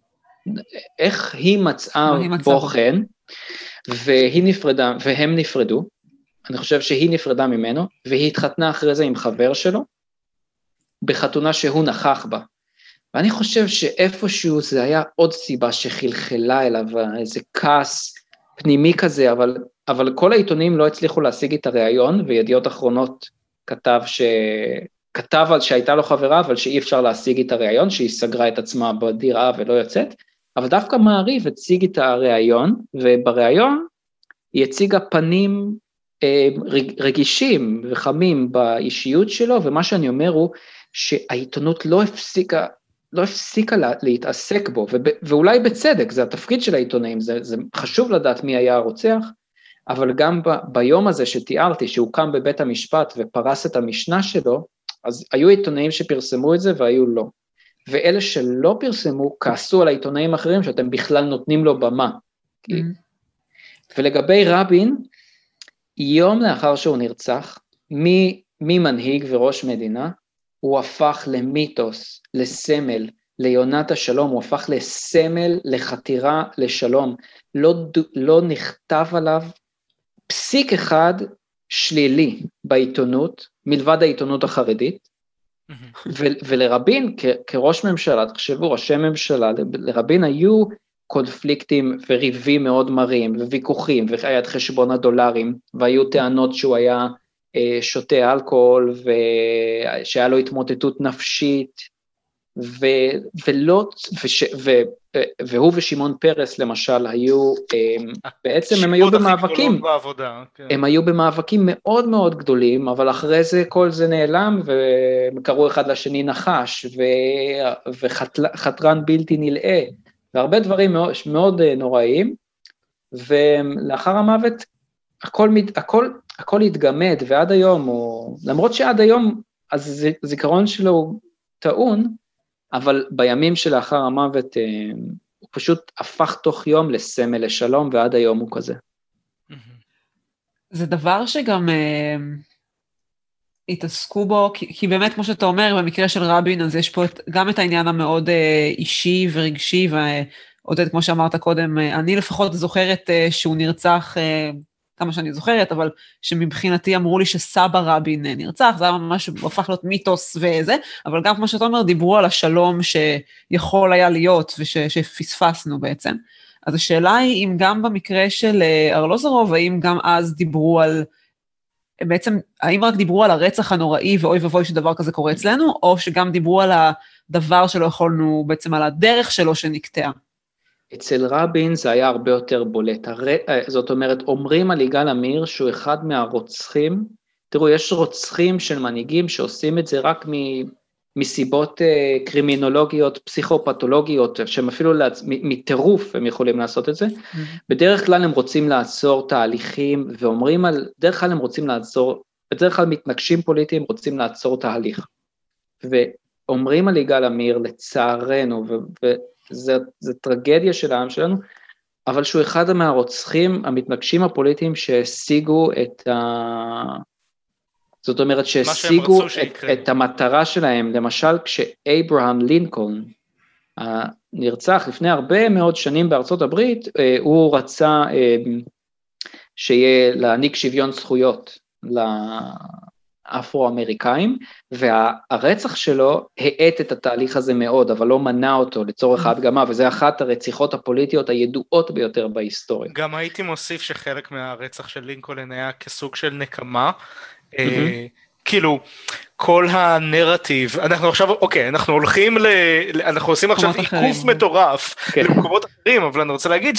איך היא מצאה בוחן, והיא נפרדה, והם נפרדו, אני חושב שהיא נפרדה ממנו, והיא התחתנה אחרי זה עם חבר שלו, בחתונה שהוא נכח בה, ואני חושב שאיפשהו זה היה עוד סיבה שחלחלה אליו, איזה כעס פנימי כזה, אבל, אבל כל העיתונים לא הצליחו להשיג את הרעיון, וידיעות אחרונות כתב ש... כתב על שהייתה לו חברה, אבל שאי אפשר להשיג את הרעיון, שהיא סגרה את עצמה בדירה ולא יוצאת, אבל דווקא מעריב הציג את הרעיון, וברעיון היא הציגה פנים אה, רגישים וחמים באישיות שלו, ומה שאני אומר הוא שהעיתונות לא הפסיקה, לא הפסיקה לה, להתעסק בו, וב, ואולי בצדק, זה התפקיד של העיתונאים, זה, זה חשוב לדעת מי היה הרוצח, אבל גם ב, ביום הזה שתיארתי, שהוא קם בבית המשפט ופרס את המשנה שלו, אז היו עיתונאים שפרסמו את זה והיו לא. ואלה שלא פרסמו, כעסו על העיתונאים האחרים שאתם בכלל נותנים לו במה. Mm-hmm. ולגבי רבין, יום לאחר שהוא נרצח, מי, מי מנהיג וראש מדינה, הוא הפך למיתוס, לסמל, ליונת השלום, הוא הפך לסמל, לחתירה לשלום. לא, לא נכתב עליו פסיק אחד שלילי בעיתונות, מלבד העיתונות החרדית, ו- ולרבין כ- כראש ממשלה, תחשבו, ראשי ממשלה, לרבין היו קונפליקטים וריבים מאוד מרים, וויכוחים, והיה את חשבון הדולרים, והיו טענות שהוא היה אה, שותה אלכוהול, ושהיה לו התמוטטות נפשית, ו- ולא, וש- ו- והוא ושמעון פרס למשל היו, בעצם הם היו במאבקים, בעבודה, כן. הם היו במאבקים מאוד מאוד גדולים, אבל אחרי זה כל זה נעלם, וקראו אחד לשני נחש, וחתרן בלתי נלאה, והרבה דברים מאוד, מאוד נוראים, ולאחר המוות הכל, הכל, הכל התגמד, ועד היום, או, למרות שעד היום הזיכרון שלו הוא טעון, אבל בימים שלאחר המוות, הוא פשוט הפך תוך יום לסמל לשלום, ועד היום הוא כזה. זה דבר שגם אה, התעסקו בו, כי, כי באמת, כמו שאתה אומר, במקרה של רבין, אז יש פה את, גם את העניין המאוד אה, אישי ורגשי, ועודד, כמו שאמרת קודם, אה, אני לפחות זוכרת אה, שהוא נרצח, אה, כמה שאני זוכרת, אבל שמבחינתי אמרו לי שסבא רבין נרצח, זה היה ממש, הוא הפך להיות מיתוס וזה, אבל גם כמו שאתה אומר, דיברו על השלום שיכול היה להיות, ושפספסנו בעצם. אז השאלה היא, אם גם במקרה של ארלוזורוב, האם גם אז דיברו על, בעצם, האם רק דיברו על הרצח הנוראי, ואוי ובוי שדבר כזה קורה אצלנו, או שגם דיברו על הדבר שלא יכולנו, בעצם על הדרך שלו שנקטע? אצל רבין זה היה הרבה יותר בולט, זאת אומרת, אומרים על יגאל עמיר שהוא אחד מהרוצחים, תראו, יש רוצחים של מנהיגים שעושים את זה רק מסיבות קרימינולוגיות, פסיכופתולוגיות, שהם אפילו מטירוף הם יכולים לעשות את זה, בדרך כלל הם רוצים לעצור תהליכים, ואומרים על, בדרך כלל הם רוצים לעצור, בדרך כלל מתנגשים פוליטיים רוצים לעצור תהליך, ואומרים על יגאל עמיר לצערנו, וזו טרגדיה של העם שלנו, אבל שהוא אחד מהרוצחים המתנגשים הפוליטיים שהשיגו את ה... זאת אומרת שהשיגו את, את המטרה שלהם, למשל כשאברהם לינקולן נרצח לפני הרבה מאוד שנים בארצות הברית, הוא רצה שיהיה להעניק שוויון זכויות לאפרו-אמריקאים, והרצח שלו העט את התהליך הזה מאוד, אבל לא מנע אותו לצורך ההדגמה, וזה אחת הרציחות הפוליטיות הידועות ביותר בהיסטוריה. גם הייתי מוסיף שחלק מהרצח של לינקולן היה כסוג של נקמה, כאילו כל הנרטיב, אנחנו עכשיו, אוקיי, אנחנו הולכים, אנחנו עושים עכשיו עיקוף מטורף למקומות אחרים, אבל אני רוצה להגיד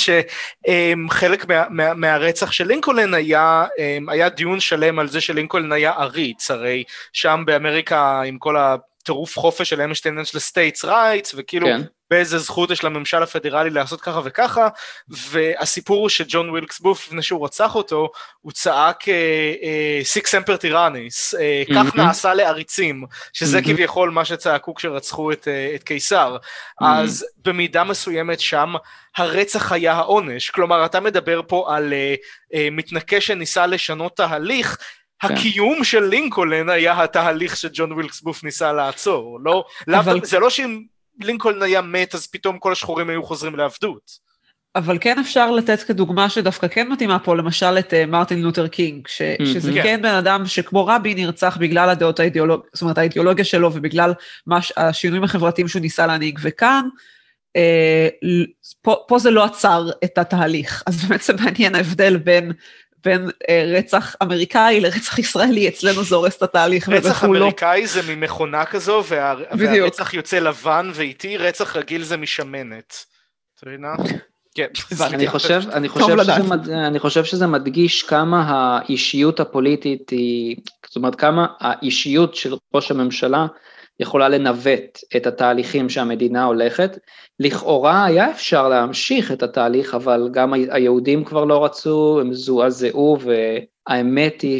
שחלק מהרצח של לינקולן היה, היה דיון שלם על זה שלינקולן היה עריץ, הרי שם באמריקה עם כל הטירוף חופש שלהם יש את העניין של סטייטס רייטס, וכאילו באיזה זכות יש לממשל הפדרלי לעשות ככה וככה, והסיפור הוא שג'ון ווילקס בוף, לפני שהוא רצח אותו, הוא צעק סיק סמפר טירניס, כך נעשה לעריצים, שזה כביכול מה שצעקו כשרצחו את, את קיסר, אז במידה מסוימת שם הרצח היה העונש, כלומר אתה מדבר פה על מתנקש שניסה לשנות תהליך, הקיום של לינקולן היה התהליך שג'ון ווילקס בוף ניסה לעצור, לא, זה לא שאם לינקולן היה מת, אז פתאום כל השחורים היו חוזרים לעבדות. אבל כן אפשר לתת כדוגמה שדווקא כן מתאימה פה, למשל את מרטין לותר קינג, ש, שזה כן בן אדם שכמו רבין נרצח בגלל הדעות האידיאולוגיות, זאת אומרת האידיאולוגיה שלו, ובגלל השינויים החברתיים שהוא ניסה להנהיג, וכאן, אה, פה, פה זה לא עצר את התהליך, אז באמת זה מעניין ההבדל בין, בין אה, רצח אמריקאי לרצח ישראלי, אצלנו זה הורס את התהליך. רצח אמריקאי זה ממכונה כזו, וה, והרצח יוצא לבן ואיתי, רצח רגיל זה משמנת. תבינה? כן. אני חושב, אני חושב שזה, אני חושב שזה מדגיש כמה האישיות הפוליטית היא, זאת אומרת כמה האישיות של ראש הממשלה יכולה לנווט את התהליכים שהמדינה הולכת. לכאורה היה אפשר להמשיך את התהליך, אבל גם היהודים כבר לא רצו, הם זועזעו, והאמת היא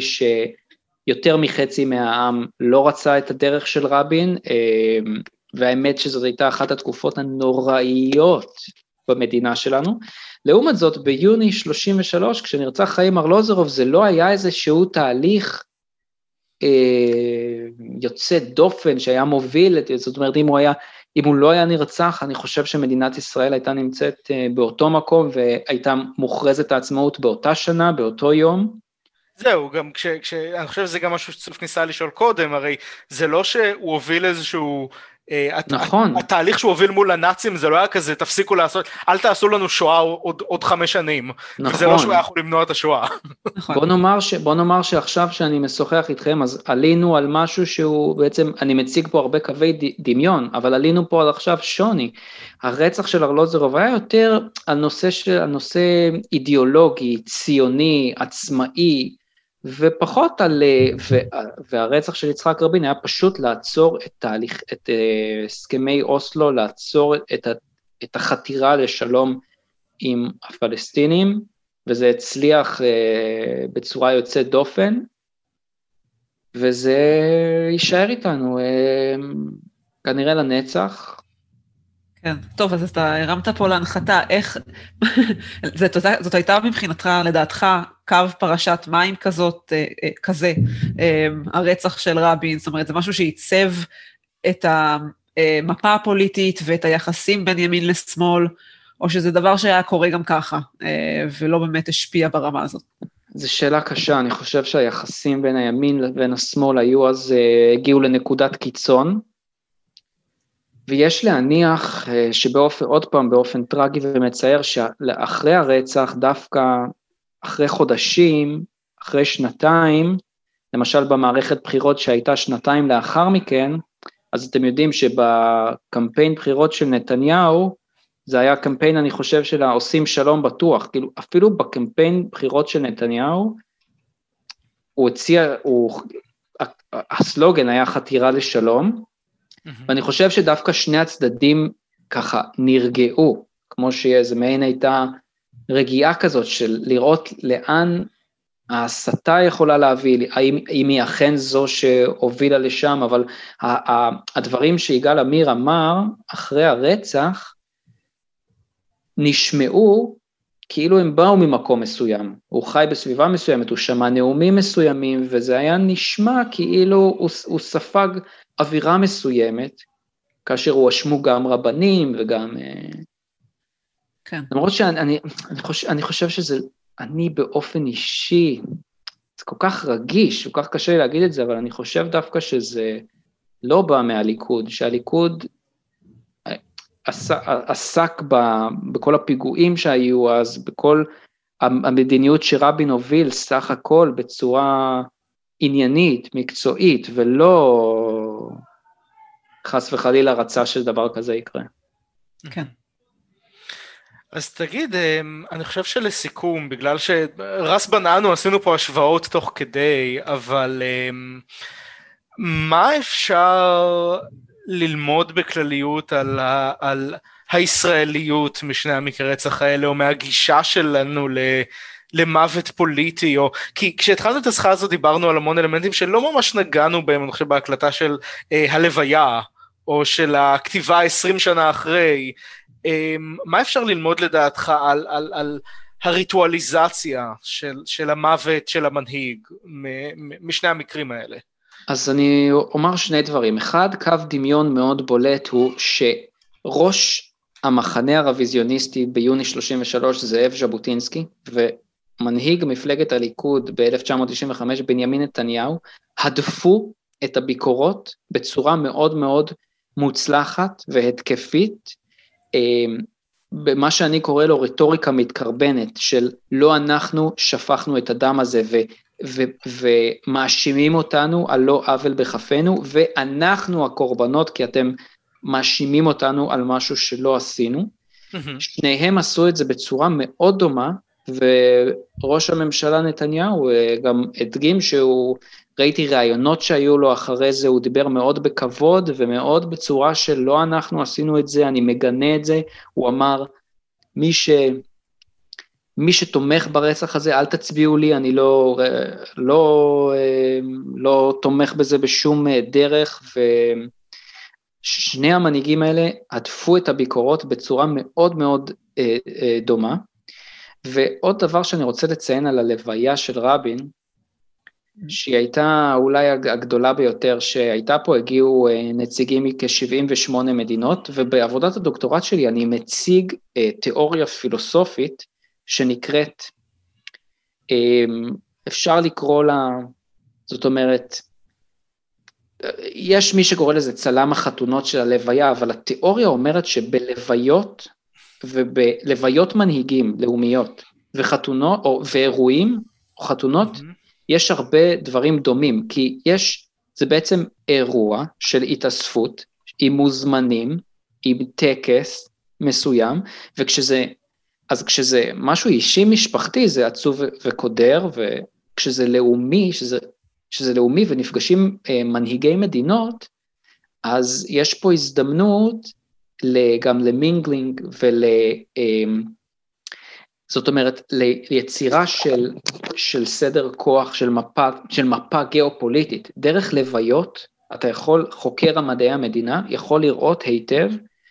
שיותר מחצי מהעם לא רצה את הדרך של רבין, והאמת שזאת הייתה אחת התקופות הנוראיות במדינה שלנו. לעומת זאת, ביוני שלושים ושלוש, כשנרצח חיים ארלוזורוב, זה לא היה איזשהו תהליך יוצא דופן שהיה מוביל, זאת אומרת, אם הוא היה, אם הוא לא היה נרצח, אני חושב שמדינת ישראל הייתה נמצאת באותו מקום, והייתה מוכרזת העצמאות באותה שנה, באותו יום. זהו, גם כש, כש, אני חושב שזה גם משהו שצריך ניסה לשאול קודם, הרי זה לא שהוא הוביל איזשהו, נכון. התהליך שהוא הוביל מול הנאצים, זה לא היה כזה, תפסיקו לעשות, אל תעשו לנו שואה עוד, עוד חמש שנים, נכון. וזה לא שהוא היה יכול למנוע את השואה. נכון. בוא נאמר, ש, בוא נאמר שעכשיו שאני משוחח איתכם, אז עלינו על משהו שהוא בעצם, אני מציג פה הרבה קווי דמיון, אבל עלינו פה על עכשיו שוני. הרצח של ארלוזורוב היה יותר על נושא, של, על נושא אידיאולוגי, ציוני, עצמאי, ופחות על, והרצח של יצחק רבין היה פשוט לעצור את תהליך, את הסכמי אוסלו, לעצור את, את החתירה לשלום עם הפלסטינים, וזה הצליח בצורה יוצאת דופן, וזה יישאר איתנו, כנראה לנצח. כן, טוב, אז אתה הרמת פה להנחתה, איך, זאת, זאת הייתה מבחינתך, לדעתך, קו פרשת מים כזאת, כזה, הרצח של רבין, זאת אומרת, זה משהו שייצב את המפה הפוליטית ואת היחסים בין ימין לשמאל, או שזה דבר שהיה קורה גם ככה, ולא באמת השפיע ברמה הזאת? זו שאלה קשה, אני חושב שהיחסים בין הימין לבין השמאל היו אז, הגיעו לנקודת קיצון, ויש להניח שבאופן, עוד פעם, באופן טרגי ומצער, שאחרי הרצח, דווקא אחרי חודשים, אחרי שנתיים, למשל במערכת בחירות שהייתה שנתיים לאחר מכן, אז אתם יודעים שבקמפיין בחירות של נתניהו, זה היה קמפיין, אני חושב, של העושים שלום בטוח, כאילו אפילו בקמפיין בחירות של נתניהו, הוא הציע, הוא, הסלוגן היה חתירה לשלום, ואני חושב שדווקא שני הצדדים ככה נרגעו, כמו שאיזה מעין הייתה רגיעה כזאת של לראות לאן ההסתה יכולה להביא, האם, האם היא אכן זו שהובילה לשם, אבל הדברים שיגאל עמיר אמר אחרי הרצח, נשמעו כאילו הם באו ממקום מסוים, הוא חי בסביבה מסוימת, הוא שמע נאומים מסוימים, וזה היה נשמע כאילו הוא, הוא ספג אווירה מסוימת, כאשר הוא אשמו גם רבנים וגם... כן. למרות שאני אני, אני חושב, אני חושב שזה, אני באופן אישי, זה כל כך רגיש, כל כך קשה להגיד את זה, אבל אני חושב דווקא שזה לא בא מהליכוד, שהליכוד עסק בכל הפיגועים שהיו אז, בכל המדיניות שרבין הוביל, סך הכל בצורה עניינית, מקצועית, ולא חס וחלילה רצה שדבר כזה יקרה. כן. אז תגיד, אני חושב שלסיכום, בגלל שרס בנענו עשינו פה השוואות תוך כדי, אבל מה אפשר ללמוד בכלליות על, ה, על הישראליות משני המקרי רצח האלה, או מהגישה שלנו ל, למוות פוליטי, או, כי כשהתחלנו את השיחה הזו דיברנו על המון אלמנטים שלא ממש נגענו בהם, אני חושב בהקלטה של אה, הלוויה, או של הכתיבה עשרים שנה אחרי, אה, מה אפשר ללמוד לדעתך על, על, על הריטואליזציה של, של המוות של המנהיג, מ, משני המקרים האלה? אז אני אומר שני דברים. אחד, קו דמיון מאוד בולט הוא שראש המחנה הרוויזיוניסטי ביוני שלושים ושלוש, זאב ז'בוטינסקי, ומנהיג מפלגת הליכוד ב-אלף תשע מאות תשעים וחמש, בנימין נתניהו, הדפו את הביקורות בצורה מאוד מאוד מוצלחת והתקפית, במה שאני קורא לו רטוריקה מתקרבנת, של לא אנחנו שפכנו את הדם הזה, ו... ו- ומאשימים אותנו על לא עוול בכפנו, ואנחנו הקורבנות, כי אתם מאשימים אותנו על משהו שלא עשינו. Mm-hmm. שניהם עשו את זה בצורה מאוד דומה, וראש הממשלה נתניהו גם הדגים שהוא, ראיתי ראיונות שהיו לו אחרי זה, הוא דיבר מאוד בכבוד, ומאוד בצורה שלא אנחנו עשינו את זה, אני מגנה את זה, הוא אמר, מי ש... מי שתומך ברצח הזה, אל תצביעו לי, אני לא, לא, לא תומך בזה בשום דרך, ושני המנהיגים האלה עטפו את הביקורות בצורה מאוד מאוד דומה, ועוד דבר שאני רוצה לציין על הלוויה של רבין, שהיא הייתה אולי הגדולה ביותר שהייתה פה, הגיעו נציגים מכ-שבעים ושמונה מדינות, ובעבודת הדוקטורט שלי אני מציג תיאוריה פילוסופית, שנקראת, אפשר לקרוא לה, זאת אומרת, יש מי שקורא לזה צלם החתונות של הלוויה, אבל התיאוריה אומרת שבלוויות, ובלוויות מנהיגים לאומיות, וחתונות, או, ואירועים, או חתונות, mm-hmm. יש הרבה דברים דומים, כי יש, זה בעצם אירוע של התאספות, עם מוזמנים, עם טקס מסוים, וכשזה, אז כשזה משהו אישי משפחתי, זה עצוב וקודר, וכשזה לאומי, שזה, שזה לאומי ונפגשים אה, מנהיגי מדינות, אז יש פה הזדמנות גם למינגלינג ול... אה, זאת אומרת, ליצירה של, של סדר כוח, של מפה, של מפה גיאופוליטית. דרך לוויות, אתה יכול, חוקר המדעי המדינה, יכול לראות היטב,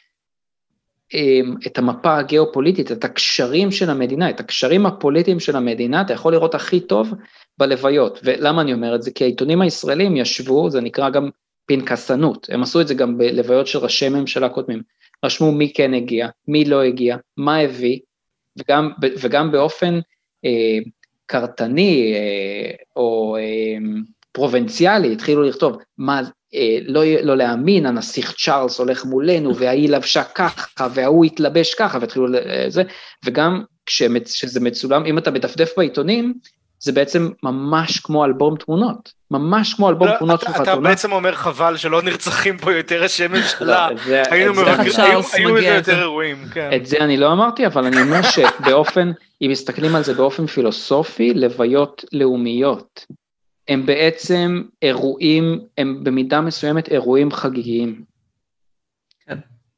את המפה הגיאופוליטית, את הקשרים של המדינה, את הקשרים הפוליטיים של המדינה, אתה יכול לראות הכי טוב בלוויות, ולמה אני אומר את זה? כי העיתונים הישראלים ישבו, זה נקרא גם פנקסנות, הם עשו את זה גם בלוויות של ראשי ממשלה קודמים, רשמו מי כן הגיע, מי לא הגיע, מה הביא, וגם, וגם באופן אה, קרטני, אה, או אה, פרובנציאלי, התחילו לכתוב, מה, לא, לא להאמין, הנסיך צ'ארלס הולך מולנו, והיא לבשה ככה, והוא התלבש ככה, והתחילו לזה, וגם כשזה מצולם, אם אתה מדפדף בעיתונים, זה בעצם ממש כמו אלבום תמונות, ממש כמו אלבום לא, תמונות אתה, של חתונה. אתה בעצם אומר חבל שלא נרצחים פה יותר ראשי ממשלה, היינו מבקרים יותר אירועים. כן. את זה אני לא אמרתי, אבל אני אומר שבאופן, אם מסתכלים על זה באופן פילוסופי, לוויות לאומיות, הם בעצם אירועים, הם במידה מסוימת אירועים חגיגיים,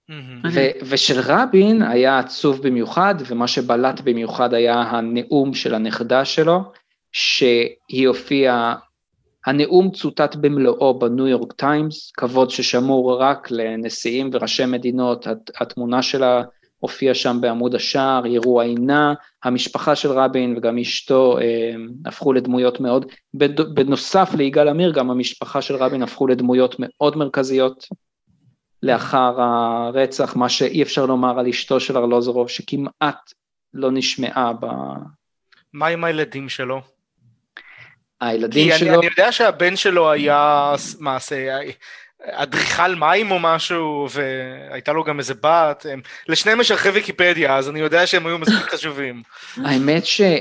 ושל רבין היה עצוב במיוחד, ומה שבלט במיוחד היה הנאום של הנכדה שלו, שהיא הופיעה, הנאום צוטט במלואו בניו יורק טיימס, כבוד ששמור רק לנשיאים וראשי מדינות, התמונה שלה הופיעה שם בעמוד השער, יראו עינה, המשפחה של רבין וגם אשתו הפכו לדמויות מאוד, בנוסף ליגאל עמיר, גם המשפחה של רבין הפכו לדמויות מאוד מרכזיות, לאחר הרצח, מה שאי אפשר לומר על אשתו של ארלוזורוב, שכמעט לא נשמעה ב... מה עם הילדים שלו? הילדים כי שלו... אני, אני יודע שהבן שלו היה מעשה, אדריכל מים או משהו, והייתה לו גם איזה בת, הם, לשניהם יש ערכי ויקיפדיה, אז אני יודע שהם היו מספיק חשובים. האמת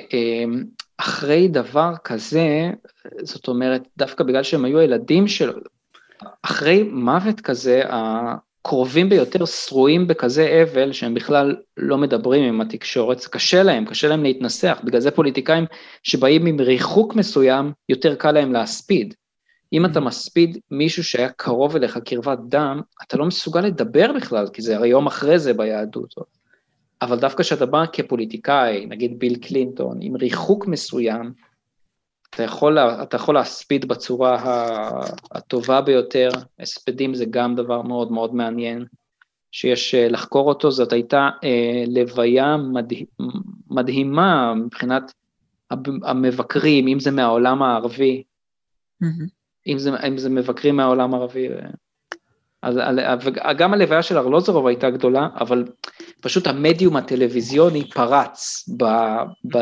שאחרי דבר כזה, זאת אומרת, דווקא בגלל שהם היו הילדים שלו, אחרי מוות כזה, הקרובים ביותר שרויים בכזה אבל, שהם בכלל לא מדברים עם התקשורת, זה קשה להם, קשה להם להתנסח, בגלל זה פוליטיקאים שבאים עם ריחוק מסוים, יותר קל להם להספיד. אם אתה מספיד מישהו שהיה קרוב אליך קרבת דם, אתה לא מסוגל לדבר בכלל, כי זה הרי יום אחרי זה ביהדות. אבל דווקא שאתה בא כפוליטיקאי, נגיד ביל קלינטון, עם ריחוק מסוים, אתה יכול, אתה יכול להספיד בצורה הטובה ביותר, הספדים זה גם דבר מאוד מאוד מעניין, שיש לחקור אותו, זאת הייתה לוויה מדהימה, מדהימה מבחינת המבקרים, אם זה מהעולם הערבי, mm-hmm. אם זה, אם זה מבקרים מהעולם הערבי, אז, גם הלוויה של ארלוזורוב הייתה גדולה, אבל פשוט המדיום הטלוויזיוני פרץ ב... ב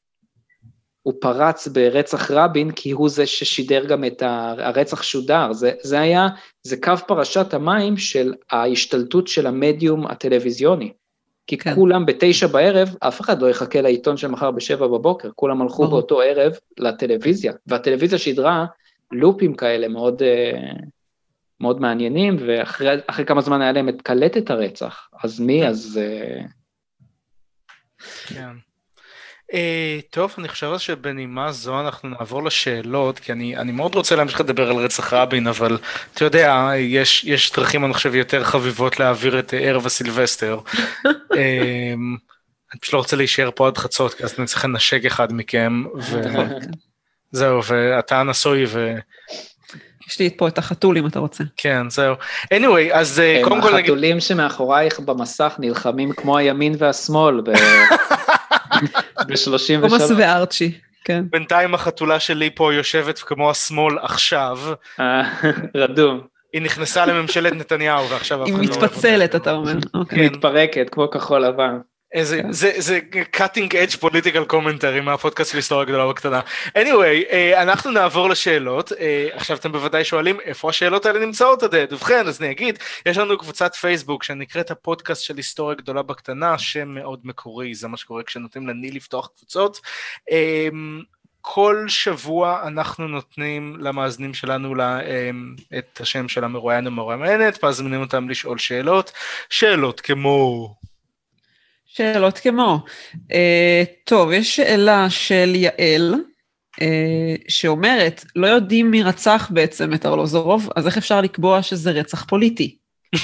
הוא פרץ ברצח רבין, כי הוא זה ששידר גם את הרצח שודר, זה, זה היה, זה קו פרשת המים של ההשתלטות של המדיום הטלוויזיוני, כי כן. כולם בתשע בערב, אף אחד לא יחכה לעיתון של מחר בשבע בבוקר, כולם הלכו באותו ערב לטלוויזיה, והטלוויזיה שידרה לופים כאלה מאוד, מאוד מעניינים, ואחרי אחרי כמה זמן היה להם את קלטת הרצח, אז מי? אז... כן. Uh, טוב, אני חושב שבנימה זו אנחנו נעבור לשאלות, כי אני, אני מאוד רוצה להמשיך לדבר על רצח רבין, אבל אתה יודע, יש, יש דרכים, אני חושב, יותר חביבות להעביר את ערב הסילבסטר. uh, אני פשוט לא רוצה להישאר פה עד חצות, כי אז אני צריך לנשק אחד מכם, וזהו, ואתה נשוי ו... יש לי פה את החתול אם אתה רוצה. כן, זהו. anyway, אז קודם כל... החתולים שמאחורייך במסך נלחמים כמו הימין והשמאל, ב-שלושים ושלוש. תומאס וארצ'י, כן. בינתיים החתולה שלי פה יושבת כמו השמאל עכשיו. רדום. היא נכנסה לממשלת נתניהו, ועכשיו... היא מתפצלת, אתה אומר. היא מתפרקת, כמו כחול לבן. איזה, זה, זה cutting edge political commentary מהפודקאסט של היסטוריה גדולה בקטנה. anyway, אנחנו נעבור לשאלות. עכשיו אתם בוודאי שואלים, איפה השאלות האלה נמצאות עדד? ובכן, אז אני אגיד, יש לנו קבוצת פייסבוק שנקראת הפודקאסט של היסטוריה גדולה בקטנה, שם מאוד מקורי, זה מה שקורה כשנותנים לני לפתוח קבוצות. כל שבוע אנחנו נותנים למאזינים שלנו את השם של המרואיין המרואיינת, ואז מזמינים אותם לשאול שאלות. שאלות כמו... שאלות כמו, uh, טוב, יש שאלה של יעל, uh, שאומרת, לא יודעים מי רצח בעצם את ארלוזורוב, אז איך אפשר לקבוע שזה רצח פוליטי?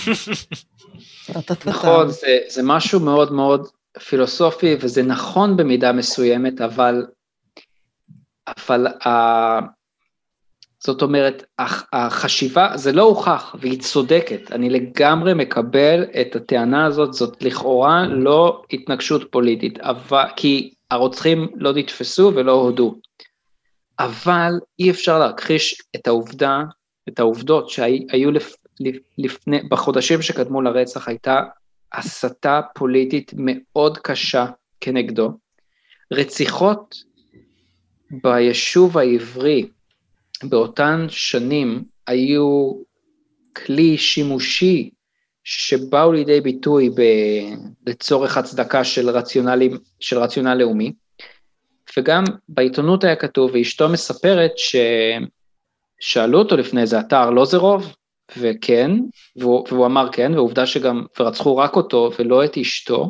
נכון, זה, זה משהו מאוד מאוד פילוסופי, וזה נכון במידה מסוימת, אבל, אבל uh, זאת אומרת, החשיבה, זה לא הוכח, והיא צודקת, אני לגמרי מקבל את הטענה הזאת, זאת לכאורה לא התנגשות פוליטית, אבל, כי הרוצחים לא נתפסו ולא הודו, אבל אי אפשר להכחיש את העובדה, את העובדות שהיו לפ, לפני, בחודשים שקדמו לרצח, הייתה הסתה פוליטית מאוד קשה כנגדו, רציחות ביישוב העברי, באותן שנים היו כלי שימושי שבאו לידי ביטוי לצורך הצדקה של רציונל, של רציונל לאומי, וגם בעיתונות היה כתוב, ואשתו מספרת ששאלו אותו לפני זה, אתה ארלוזורוב? וכן, והוא, והוא אמר כן, ועובדה שגם, ורצחו רק אותו ולא את אשתו,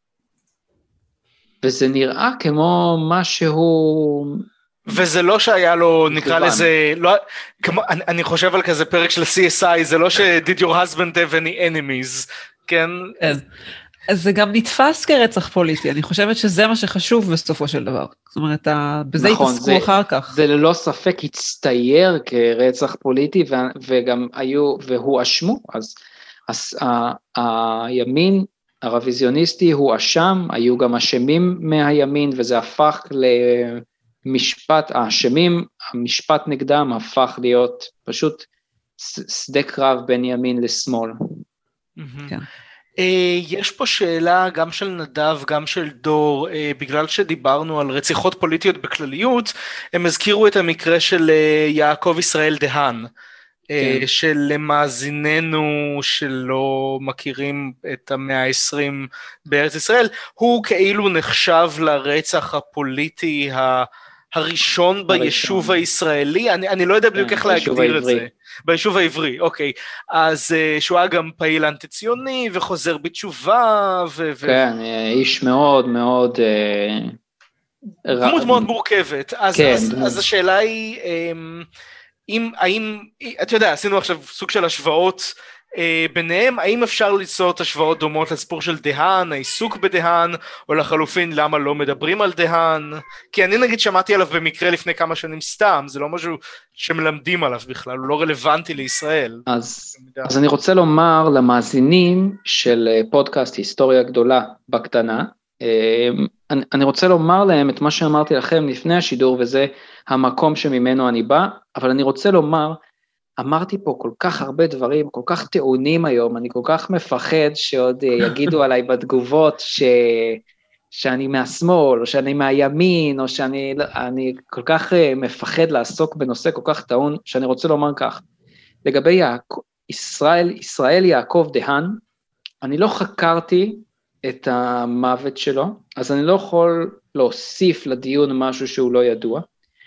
וזה נראה כמו משהו... וזה לא שהיה לו, נקרא לזה, לא, כמו, אני, אני חושב על כזה פרק של סי אס איי, זה לא ש- did your husband have any enemies, כן. אז זה גם נתפס כרצח פוליטי, אני חושבת שזה מה שחשוב בסופו של דבר. זאת אומרת, בזה נכון, התעסקו זה, אחר כך. זה ללא ספק הצטייר כרצח פוליטי, ו, וגם היו, והוא אשמו, אז, אז ה, הימין הרוויזיוניסטי הוא אשם, היו גם אשמים מהימין, וזה הפך למשפט, האשמים, המשפט נגדם הפך להיות פשוט שדה קרב בין ימין לשמאל. כן. יש פה שאלה גם של נדב, גם של דור, בגלל שדיברנו על רציחות פוליטיות בכלליות, הם הזכירו את המקרה של יעקב ישראל דהן, כן. של מאזיננו שלא מכירים את המאה ה-עשרים בארץ ישראל, הוא כאילו נחשב לרצח הפוליטי ה... הראשון ביישוב הישראלי, אני, אני לא יודע בדיוק איך להגדיר את זה. ביישוב העברי, אוקיי. אז שהוא היה גם פעיל אנטי-ציוני וחוזר בתשובה. ו- כן, ו- איש מאוד מאוד... דמות מאוד מורכבת. אז, כן, אז, אז השאלה היא, אם, האם, אתה יודע, עשינו עכשיו סוג של השוואות ביניהם, האם אפשר ליצור את השוואות דומות לסיפור של דהן, העיסוק בדהן, או לחלופין למה לא מדברים על דהן? כי אני נגיד שמעתי עליו במקרה לפני כמה שנים סתם, זה לא משהו שמלמדים עליו בכלל, הוא לא רלוונטי לישראל. אז, אז אני רוצה לומר למאזינים של פודקאסט היסטוריה גדולה בקטנה, אני, אני רוצה לומר להם את מה שאמרתי לכם לפני השידור, וזה המקום שממנו אני בא, אבל אני רוצה לומר, אמרתי פה כל כך הרבה דברים, כל כך טעונים היום, אני כל כך מפחד שעוד יגידו עליי בתגובות ש... שאני מהשמאל, או שאני מהימין, או שאני אני כל כך מפחד לעסוק בנושא כל כך טעון, שאני רוצה לומר כך, לגבי יעקב, ישראל, ישראל יעקב דהן, אני לא חקרתי את המוות שלו, אז אני לא יכול להוסיף לדיון משהו שהוא לא ידוע,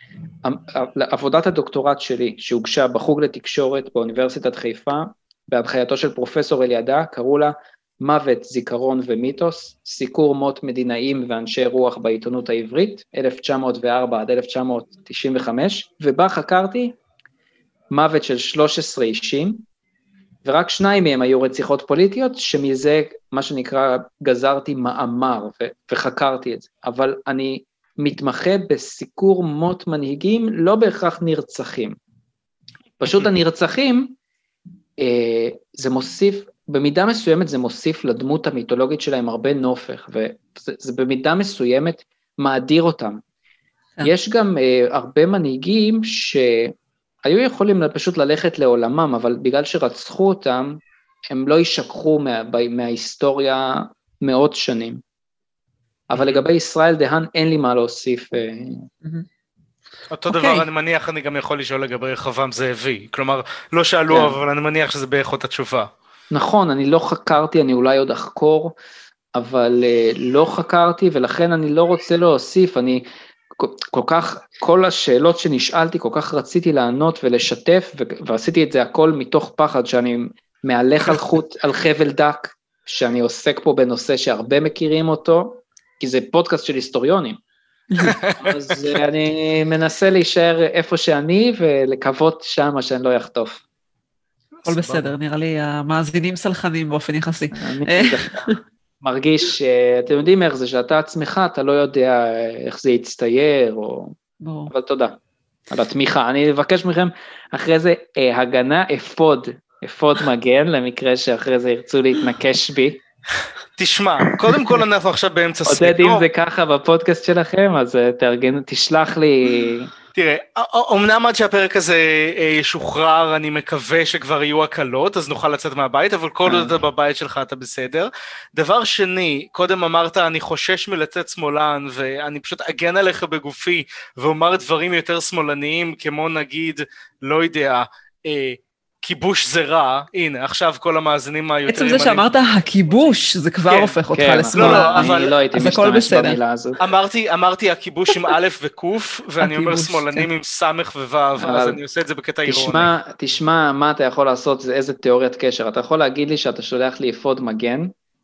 עבודת הדוקטורט שלי, שהוגשה בחוג לתקשורת באוניברסיטת חיפה, בהנחייתו של פרופסור אליעדה, קראו לה מוות, זיכרון ומיתוס, סיקור מות מדינאים ואנשי רוח בעיתונות העברית, אלף תשע מאות וארבע עד אלף תשע מאות תשעים וחמש, ובה חקרתי מוות של שלושה עשר אישים, ורק שניים מהם היו רציחות פוליטיות, שמזה מה שנקרא גזרתי מאמר, ו- וחקרתי את זה, אבל אני מתמחה בסיקור מות מנהיגים, לא בהכרח נרצחים. פשוט הנרצחים, אה, זה מוסיף, במידה מסוימת זה מוסיף לדמות המיתולוגית שלהם הרבה נופך, וזה זה במידה מסוימת מאדיר אותם. יש גם אה, הרבה מנהיגים שהיו יכולים פשוט ללכת לעולמם, אבל בגלל שרצחו אותם, הם לא יישכחו מה, מההיסטוריה מאות שנים. אבל לגבי ישראל דהן אין לי מה להוסיף. אותו דבר אני מניח, אני גם יכול לשאול לגבי רחבעם זאבי, כלומר לא שאלו, אבל אני מניח שזה בערך אותה תשובה. נכון, אני לא חקרתי, אני אולי עוד אחקור, אבל לא חקרתי, ולכן אני לא רוצה להוסיף, אני כל כך, כל השאלות שנשאלתי, כל כך רציתי לענות ולשתף, ועשיתי את זה הכל מתוך פחד, שאני מהלך על חוט, על חבל דק, שאני עוסק פה בנושא שהרבה מכירים אותו, כי זה פודקאסט של היסטוריונים, אז אני מנסה להישאר איפה שאני, ולקוות שמה שאני לא יחטוף. הכל בסדר, נראה לי המאזינים סלחנים באופן יחסי. אני מרגיש, אתם יודעים איך זה, שאתה עצמך, אתה לא יודע איך זה יצטייר, אבל תודה על התמיכה. אני אבקש מכם אחרי זה הגנה אפוד, אפוד מגן, למקרה שאחרי זה ירצו להתנקש בי. תשמע, קודם כל אנחנו עכשיו באמצע סרטו. עודד, אם זה ככה בפודקאסט שלכם, אז תארגן, תשלח לי... תראה, אמנם עד שהפרק הזה ישוחרר, אני מקווה שכבר יהיו הקלות, אז נוכל לצאת מהבית, אבל כל עוד אתה בבית שלך אתה בסדר. דבר שני, קודם אמרת, אני חושש מלצאת שמאלן, ואני פשוט אגן עליך בגופי, ואומר דברים יותר שמאלניים, כמו נגיד, לא יודע, אה, כיבוש זה רע, הנה, עכשיו כל המאזינים היותר... בעצם זה שאמרת הכיבוש, זה כבר הופך אותך לשמאלה. אני לא הייתי משתמש במילה הזאת. אמרתי הכיבוש עם א' וקוף, ואני אומר שמאלנים עם סמך וו', אז אני עושה את זה בקטע אירוני. תשמע, מה אתה יכול לעשות, זה איזה תיאוריית קשר, אתה יכול להגיד לי שאתה שולח לי אפוד מגן,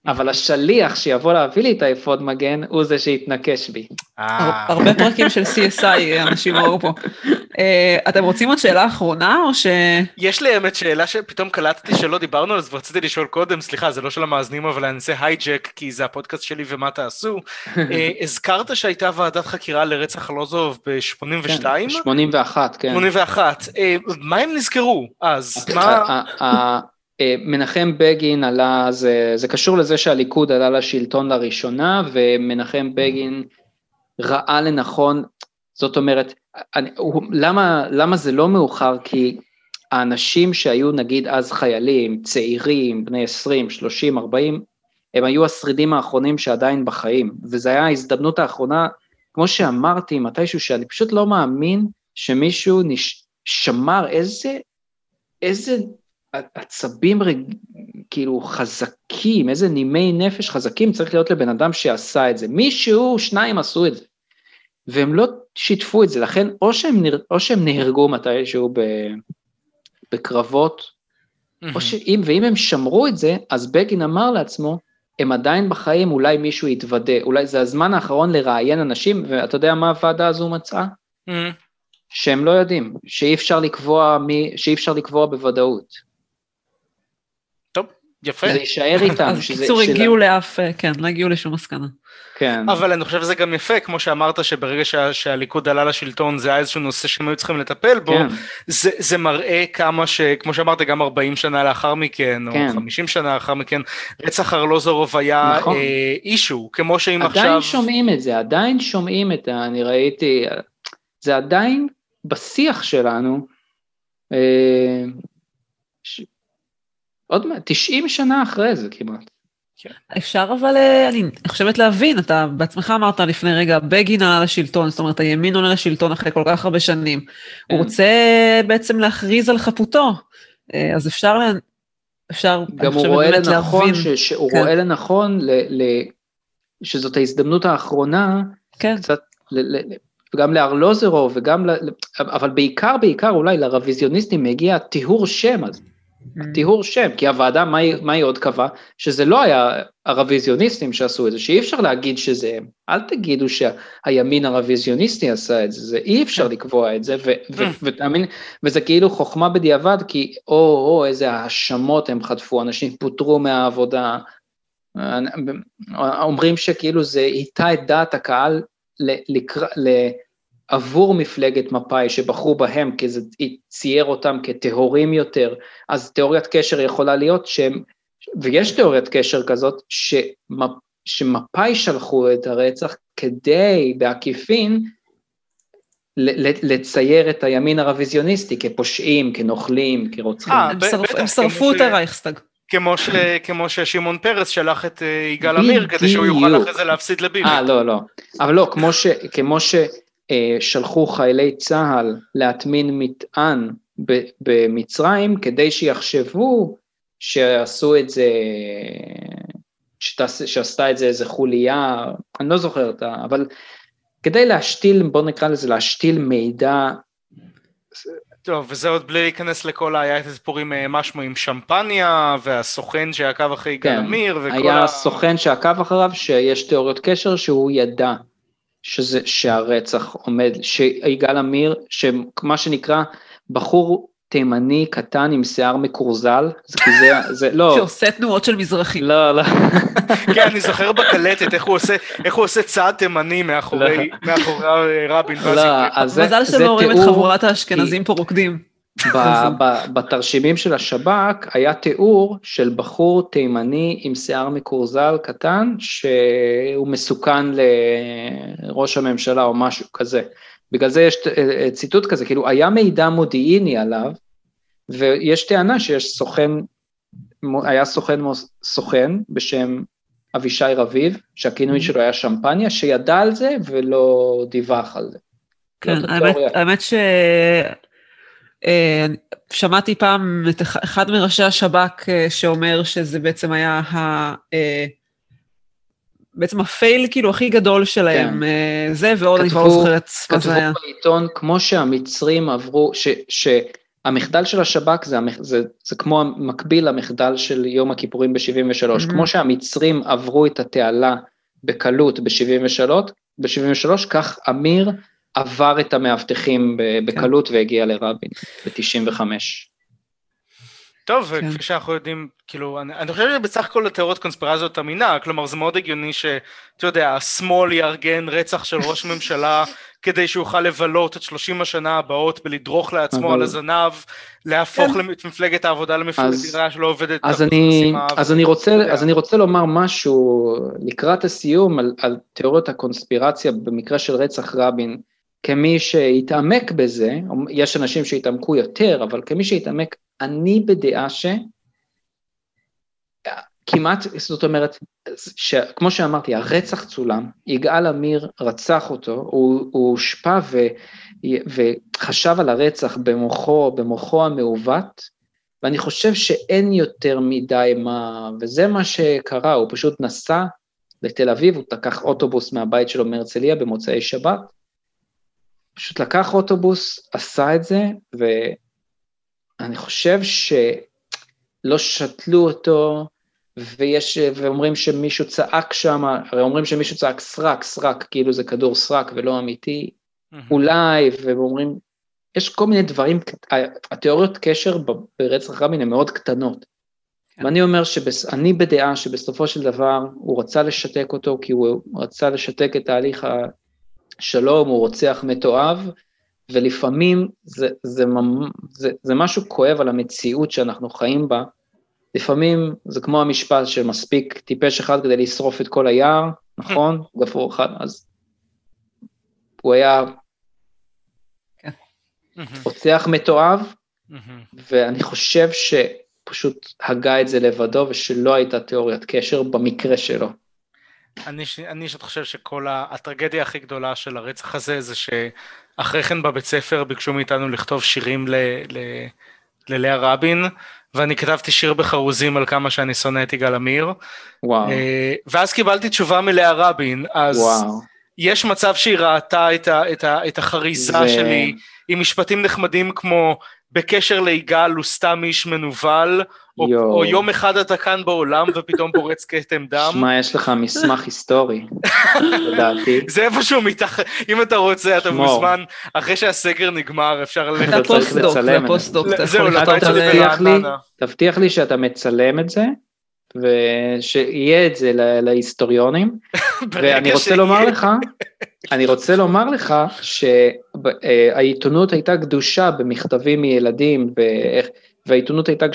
אבל השליח שיבוא להביא לי את האפוד מגן, הוא זה שהתנקש בי. הרבה פרקים של סי אס איי, אנשים ראו פה. אתם רוצים עוד שאלה אחרונה, או ש... יש לי האמת שאלה שפתאום קלטתי שלא דיברנו על זה, ורציתי לשאול קודם, סליחה, זה לא של המאזינים, אבל אני אעשה הייג'ק, כי זה הפודקאסט שלי ומה תעשו. הזכרת שהייתה ועדת חקירה לרצח ארלוזורוב ב-שמונים ושתיים? שמונים ואחת, כן. שמונים ואחת. מה הם נזכרו אז? מה... מנחם בגין עלה, זה, זה קשור לזה שהליכוד עלה לשלטון לראשונה, ומנחם בגין ראה לנכון, זאת אומרת, אני, למה, למה זה לא מאוחר? כי האנשים שהיו נגיד אז חיילים, צעירים, בני עשרים, שלושים, ארבעים, הם היו השרידים האחרונים שעדיין בחיים, וזו הייתה ההזדמנות האחרונה, כמו שאמרתי מתישהו, שאני פשוט לא מאמין שמישהו נש, שמר איזה, איזה, עצבים רג... כאילו חזקים, איזה נימי נפש חזקים צריך להיות לבן אדם שעשה את זה, מישהו, שניים עשו את זה, והם לא שיתפו את זה, לכן או שהם, נר... או שהם נהרגו מתישהו ב... בקרבות, mm-hmm. או שאם, ואם הם שמרו את זה, אז בגין אמר לעצמו, הם עדיין בחיים, אולי מישהו יתוודא, אולי זה הזמן האחרון לראיין אנשים, ואתה יודע מה הוועדה הזו מצאה? Mm-hmm. שהם לא יודעים, שאי אפשר לקבוע, מי... שאי אפשר לקבוע בוודאות. יפה. זה יישאר איתם. אז קיצור הגיעו לאף, כן, לא הגיעו לשום מסקנה. כן. אבל אני חושב שזה גם יפה, כמו שאמרת שברגע שהליכוד עלה לשלטון, זה היה איזשהו נושא שהם היו צריכים לטפל בו, זה מראה כמה ש, כמו שאמרת, גם ארבעים שנה לאחר מכן, או חמישים שנה לאחר מכן, רצח ארלוזורוב היה אישו, כמו שאם עכשיו... עדיין שומעים את זה, עדיין שומעים את זה, אני ראיתי, זה עדיין בשיח שלנו, עוד תשעים שנה אחרי זה כמעט. אפשר אבל, אני חושבת להבין, אתה בעצמך אמרת לפני רגע, בגין עלה לשלטון, זאת אומרת, הימין עולה לשלטון אחרי כל כך הרבה שנים, הוא רוצה בעצם להכריז על חפותו, אז אפשר, אפשר, גם הוא רואה לנכון, שהוא רואה לנכון, שזאת ההזדמנות האחרונה, קצת, וגם לארלוזורוב, וגם, אבל בעיקר, בעיקר אולי לרוויזיוניסטים מגיע טיהור שם הזה, טיהור שם, כי הוועדה, מה היא, מה היא עוד קבעה? שזה לא היה הרוויזיוניסטים שעשו את זה, שאי אפשר להגיד שזה הם, אל תגידו שהימין הרוויזיוניסטי עשה את זה, זה אי אפשר לקבוע את זה, ו- ו- ותאמין, וזה כאילו חוכמה בדיעבד, כי או, או, איזה האשמות הם חטפו, אנשים פוטרו מהעבודה, אומרים שכאילו זה היטה את דעת הקהל, לקרוא, עבור מפלגת מפאי שבחרו בהם, כי זה צייר אותם כטהורים יותר, אז תיאוריית קשר יכולה להיות שהם, ויש תיאוריית קשר כזאת, שמפ, שמפאי שלחו את הרצח, כדי בעקיפין, לצייר את הימין הרוויזיוניסטי, כפושעים, כנוכלים, כרוצחים. הם שרפו את הרייכסטאג. כמו ששימון פרס שלח את יגאל עמיר, כדי שהוא יוכל אחרי זה להפסיד לביבי. אה, לא, לא. אבל לא, כמו ש... שלחו חיילי צהל להטמין מטען במצרים, כדי שיחשבו שעשו את זה, שעשתה את זה איזה חוליה, אני לא זוכר אותה, אבל כדי להשתיל, בוא נקרא לזה, להשתיל מידע. טוב, וזה עוד בלי להיכנס לכל, היה את הסיפורים משמו עם שמפניה, והסוכן שעקב אחרי יגאל עמיר, וכל היה הסוכן שעקב אחריו, שיש תיאוריות קשר שהוא ידע, שזה, שהרצח עומד, שיגאל עמיר, שמה שנקרא, בחור תימני קטן עם שיער מקורזל, זה כי זה, זה, לא. שעושה תנועות של מזרחים. לא, לא. כן, אני זוכר בקלטת, איך הוא עושה, איך הוא עושה צעד תימני מאחורי, מאחורי רבין. לא, אז זה, מזל שלא רואים את חבורת האשכנזים פה רוקדים. בתרשימים של השב"כ, היה תיאור של בחור תימני עם שיער מקורזל קטן, שהוא מסוכן לראש הממשלה או משהו כזה. בגלל זה יש ציטוט כזה, כאילו היה מידע מודיעיני עליו, ויש טענה שיש סוכן, היה סוכן, סוכן בשם אבישי רביב, שהכינוי שלו היה שמפניה, שידע על זה ולא דיווח על זה. כן, האמת, האמת ש... שמעתי פעם את אחד מראשי השב"כ שאומר שזה בעצם היה ה... בעצם הפייל כאילו הכי גדול שלהם, זה ועוד אני כבר לא זוכרת מה זה היה. כתבו בעיתון, כמו שהמצרים עברו, המחדל של השב"כ זה, זה, זה כמו המקביל למחדל של יום הכיפורים ב-שבעים ושלוש, mm-hmm. כמו שהמצרים עברו את התעלה בקלות ב-שבעים ושלוש, ב-שבעים ושלוש, כך אמיר עבר את המאבטחים בקלות, כן. והגיע לרבין ב-תשעים וחמש. טוב, כן. וכפי שאנחנו יודעים, כאילו, אני, אני חושב שבצח הכל התיאוריות קונספירציות אמינה, כלומר זה מאוד הגיוני שאתה יודע, השמאל יארגן רצח של ראש ממשלה, כדי שיוכל לבלות את שלושים השנה הבאות בלדרוך לעצמו על הזנב, להפוך את מפלגת העבודה למפלגה שלא עובדת. אז אני רוצה לומר משהו לקראת הסיום על תיאוריות הקונספירציה במקרה של רצח רבין, כמי שהתעמק בזה, יש אנשים שהתעמקו יותר, אבל כמי שהתעמק, אני בדעה ש... כמעט, זאת אומרת, כמו שאמרתי, הרצח צולם, יגאל עמיר רצח אותו, הוא, הוא הושפע ו, וחשב על הרצח במוחו, במוחו המעוות, ואני חושב שאין יותר מדי מה, וזה מה שקרה, הוא פשוט נסע לתל אביב, הוא לקח אוטובוס מהבית שלו מהרצליה במוצאי שבת, פשוט לקח אוטובוס, עשה את זה, ואני חושב שלא שתלו אותו, ויש, ואומרים שמישהו צעק שם, הרי אומרים שמישהו צעק סרק, סרק, כאילו זה כדור סרק ולא אמיתי, mm-hmm. אולי, ואומרים, יש כל מיני דברים, התיאוריות קשר ברצח רבין הן מאוד קטנות, כן. ואני אומר שאני בדעה שבסופו של דבר, הוא רצה לשתק אותו, כי הוא רצה לשתק את תהליך השלום, הוא רוצח מתועב, ולפעמים זה, זה, זה, זה משהו כואב על המציאות שאנחנו חיים בה, לפעמים זה כמו המשפט שמספיק טיפש אחד כדי לשרוף את כל היער, נכון? גפור אחד, אז הוא היה רוצח מתועב, ואני חושב שפשוט הגה את זה לבדו, ושלא הייתה תיאוריית קשר במקרה שלו. אני, אני שאת חושב שכל הטרגדיה הכי גדולה של הרצח הזה, זה שאחרי כן בבית ספר ביקשו מאיתנו לכתוב שירים ל, ל, ללאה רבין, ואני כתבתי שיר בחרוזים על כמה שאני שונא את יגאל עמיר, וואו. ואז קיבלתי תשובה מלאה רבין, אז וואו. יש מצב שהיא ראתה את, ה, את, ה, את החריזה זה... שלי, עם משפטים נחמדים כמו, בקשר ליגאל הוא סתם איש מנוול, או, או יום אחד אתה כאן בעולם ופתאום פורץ כתם דם. שמה, יש לך מסמך היסטורי, לדעתי. זה איפשהו מתחת, אם אתה רוצה, אתה מוזמן, אחרי שהסגר נגמר, אפשר ללכת. אתה פוסט-דוק, זה פוסט-דוק, אתה יכול לכתוב את זה. תבטיח לי שאתה מצלם את זה, ושיהיה את זה להיסטוריונים, ואני רוצה לומר לך, אני רוצה לומר לך, שהעיתונות הייתה קדושה במכתבים מילדים, והעיתונות הייתה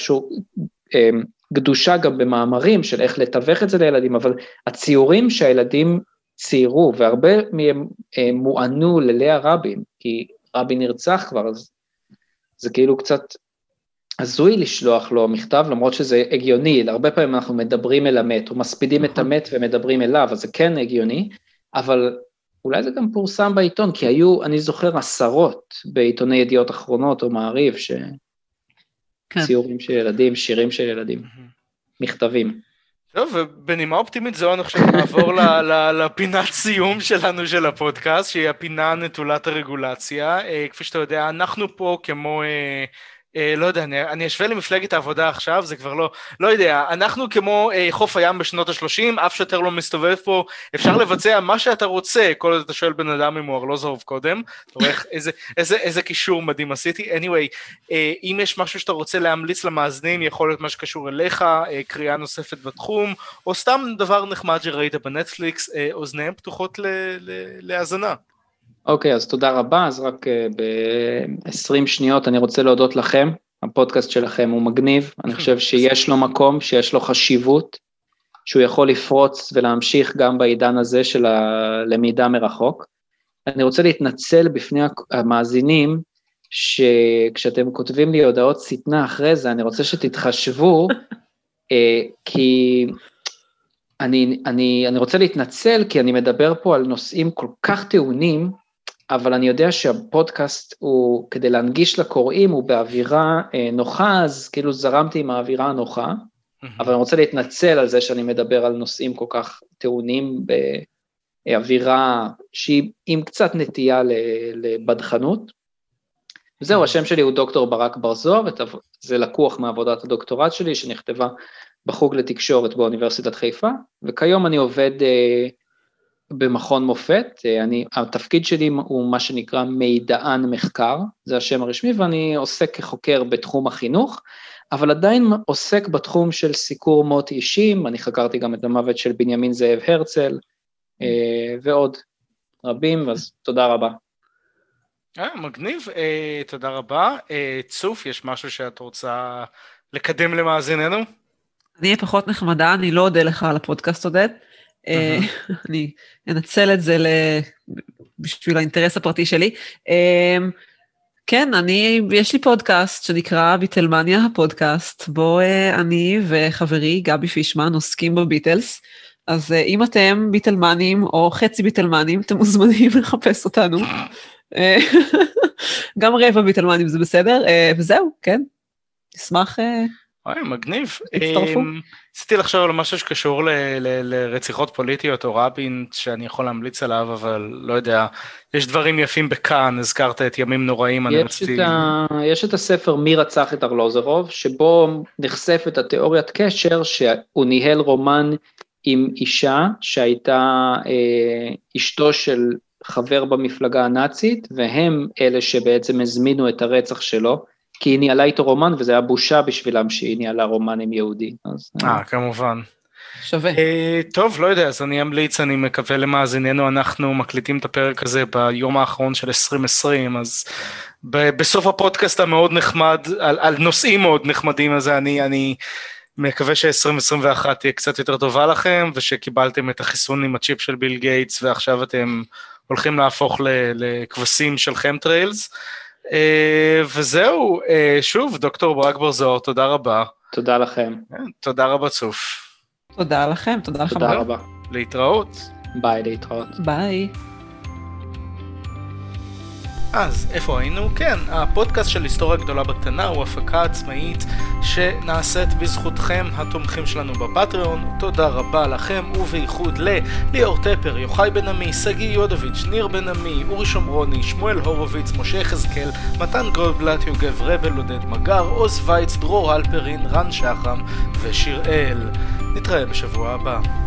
קדושה גם במאמרים של איך לתווך את זה לילדים, אבל הציורים שהילדים ציירו, והרבה מהם מוענו ללאה רבין, כי רבין נרצח כבר, אז זה כאילו קצת הזוי לשלוח לו מכתב, למרות שזה הגיוני, הרבה פעמים אנחנו מדברים אל המת, או מספידים את המת ומדברים אליו, אז זה כן הגיוני, אבל אולי זה גם פורסם בעיתון, כי היו, אני זוכר, עשרות בעיתוני ידיעות אחרונות או מעריב, ש... ציורים של ילדים, שירים של ילדים, מכתבים. טוב, ובנימה אופטימית זו אני חושב נעבור לפינת סיום שלנו של הפודקאסט, שהיא הפינה נטולת הרגולציה. כפי שאתה יודע, אנחנו פה כמו... לא יודע, אני, אני אשווה למפלגת העבודה עכשיו, זה כבר לא, לא יודע, אנחנו כמו אה, חוף הים בשנות ה-שלושים, אף שוטר לא מסתובב פה, אפשר לבצע מה שאתה רוצה, כל עוד אתה שואל בן אדם אם הוא ארלוזורוב קודם, אתה רואה איזה, איזה, איזה קישור מדהים עשיתי. anyway, אה, אם יש משהו שאתה רוצה להמליץ למאזינים, יכול להיות מה שקשור אליך, אה, קריאה נוספת בתחום, או סתם דבר נחמד שראית בנטפליקס, אה, אוזניהם פתוחות ל, ל, להאזנה. אוקיי, אז תודה רבה, אז רק ב-עשרים שניות אני רוצה להודות לכם, הפודקאסט שלכם הוא מגניב, אני חושב שיש לו מקום, שיש לו חשיבות, שהוא יכול לפרוץ ולהמשיך גם בעידן הזה של הלמידה מרחוק. אני רוצה להתנצל בפני המאזינים, שכשאתם כותבים לי הודעות סתנה אחרי זה, אני רוצה שתתחשבו, כי... אני, אני, אני רוצה להתנצל, כי אני מדבר פה על נושאים כל כך טעונים, אבל אני יודע שהפודקאסט הוא, כדי להנגיש לקוראים, הוא באווירה נוחה, אז כאילו זרמתי עם האווירה הנוחה, אבל אני רוצה להתנצל על זה שאני מדבר על נושאים כל כך טעונים, באווירה שהיא עם קצת נטייה לבדחנות, וזהו, השם שלי הוא דוקטור ברק בר זוהר, זה לקוח מעבודת הדוקטורט שלי, שנכתבה בחוג לתקשורת באוניברסיטת חיפה, וכיום אני עובד במכון מופת, אני, התפקיד שלי הוא מה שנקרא מידען מחקר, זה השם הרשמי, ואני עוסק כחוקר בתחום החינוך, אבל עדיין עוסק בתחום של סיקור מות אישים, אני חקרתי גם את המוות של בנימין זאב הרצל, ועוד רבים, אז תודה רבה. אה, מגניב, אה, תודה רבה. אה, צוף, יש משהו שאת רוצה לקדם למאזיננו? אני אהיה פחות נחמדה, אני לא אודה לך על הפודקאסט עודד, אני אנצל את זה בשביל האינטרס הפרטי שלי. כן, אני, יש לי פודקאסט שנקרא ביטלמניה הפודקאסט, בו אני וחברי גבי פישמן עוסקים בביטלס, אז אם אתם ביטלמנים או חצי ביטלמנים, אתם מוזמנים לחפש אותנו. גם רבע ביטלמנים זה בסדר, וזהו, כן, נשמח... אוי, מגניב. הצטרפו. רציתי לחשוב על משהו שקשור ל- ל- לרציחות פוליטיות או רבין, שאני יכול להמליץ עליו, אבל לא יודע, יש דברים יפים בכאן, הזכרת את ימים נוראים, אני יש רציתי... את ה... יש את הספר מי רצח את ארלוזורוב, שבו נחשפת התיאוריית קשר, שהוא ניהל רומן עם אישה, שהייתה אה, אשתו של חבר במפלגה הנאצית, והם אלה שבעצם הזמינו את הרצח שלו, כי היא ניהלה איתו רומן, וזה היה בושה בשבילם שהיא ניהלה רומן עם יהודי. אה, כמובן. שווה. טוב, לא יודע, אז אני אמליץ, אני מקווה למאזיננו, אנחנו מקליטים את הפרק הזה ביום האחרון של עשרים עשרים, אז בסוף הפודקאסט המאוד נחמד, על נושאים מאוד נחמדים, אז אני מקווה ש-עשרים עשרים ואחת תהיה קצת יותר טובה לכם, ושקיבלתם את החיסון עם הצ'יפ של ביל גייטס, ועכשיו אתם הולכים להפוך לכבשים של חמטריילס, וזהו, שוב, דוקטור ברק בר זוהר, תודה רבה. תודה לכם. תודה רבה צוף. תודה לכם, תודה לכם. תודה רבה. להתראות. ביי, להתראות. ביי. אז איפה היינו? כן, הפודקאסט של היסטוריה גדולה בקטנה הוא הפקה עצמאית שנעשית בזכותכם התומכים שלנו בפטריון. תודה רבה לכם ובייחוד לליאור טפר, יוחאי בן עמי, סגי יודוביץ', ניר בן עמי, אורי שומרוני, שמואל הורוביץ, משה יחזקאל, מתן גולדבלט, יוגב רבל, עודד מגר, עוז וייץ, דרור הלפרין, רן שחם ושיר אל. נתראה בשבוע הבא.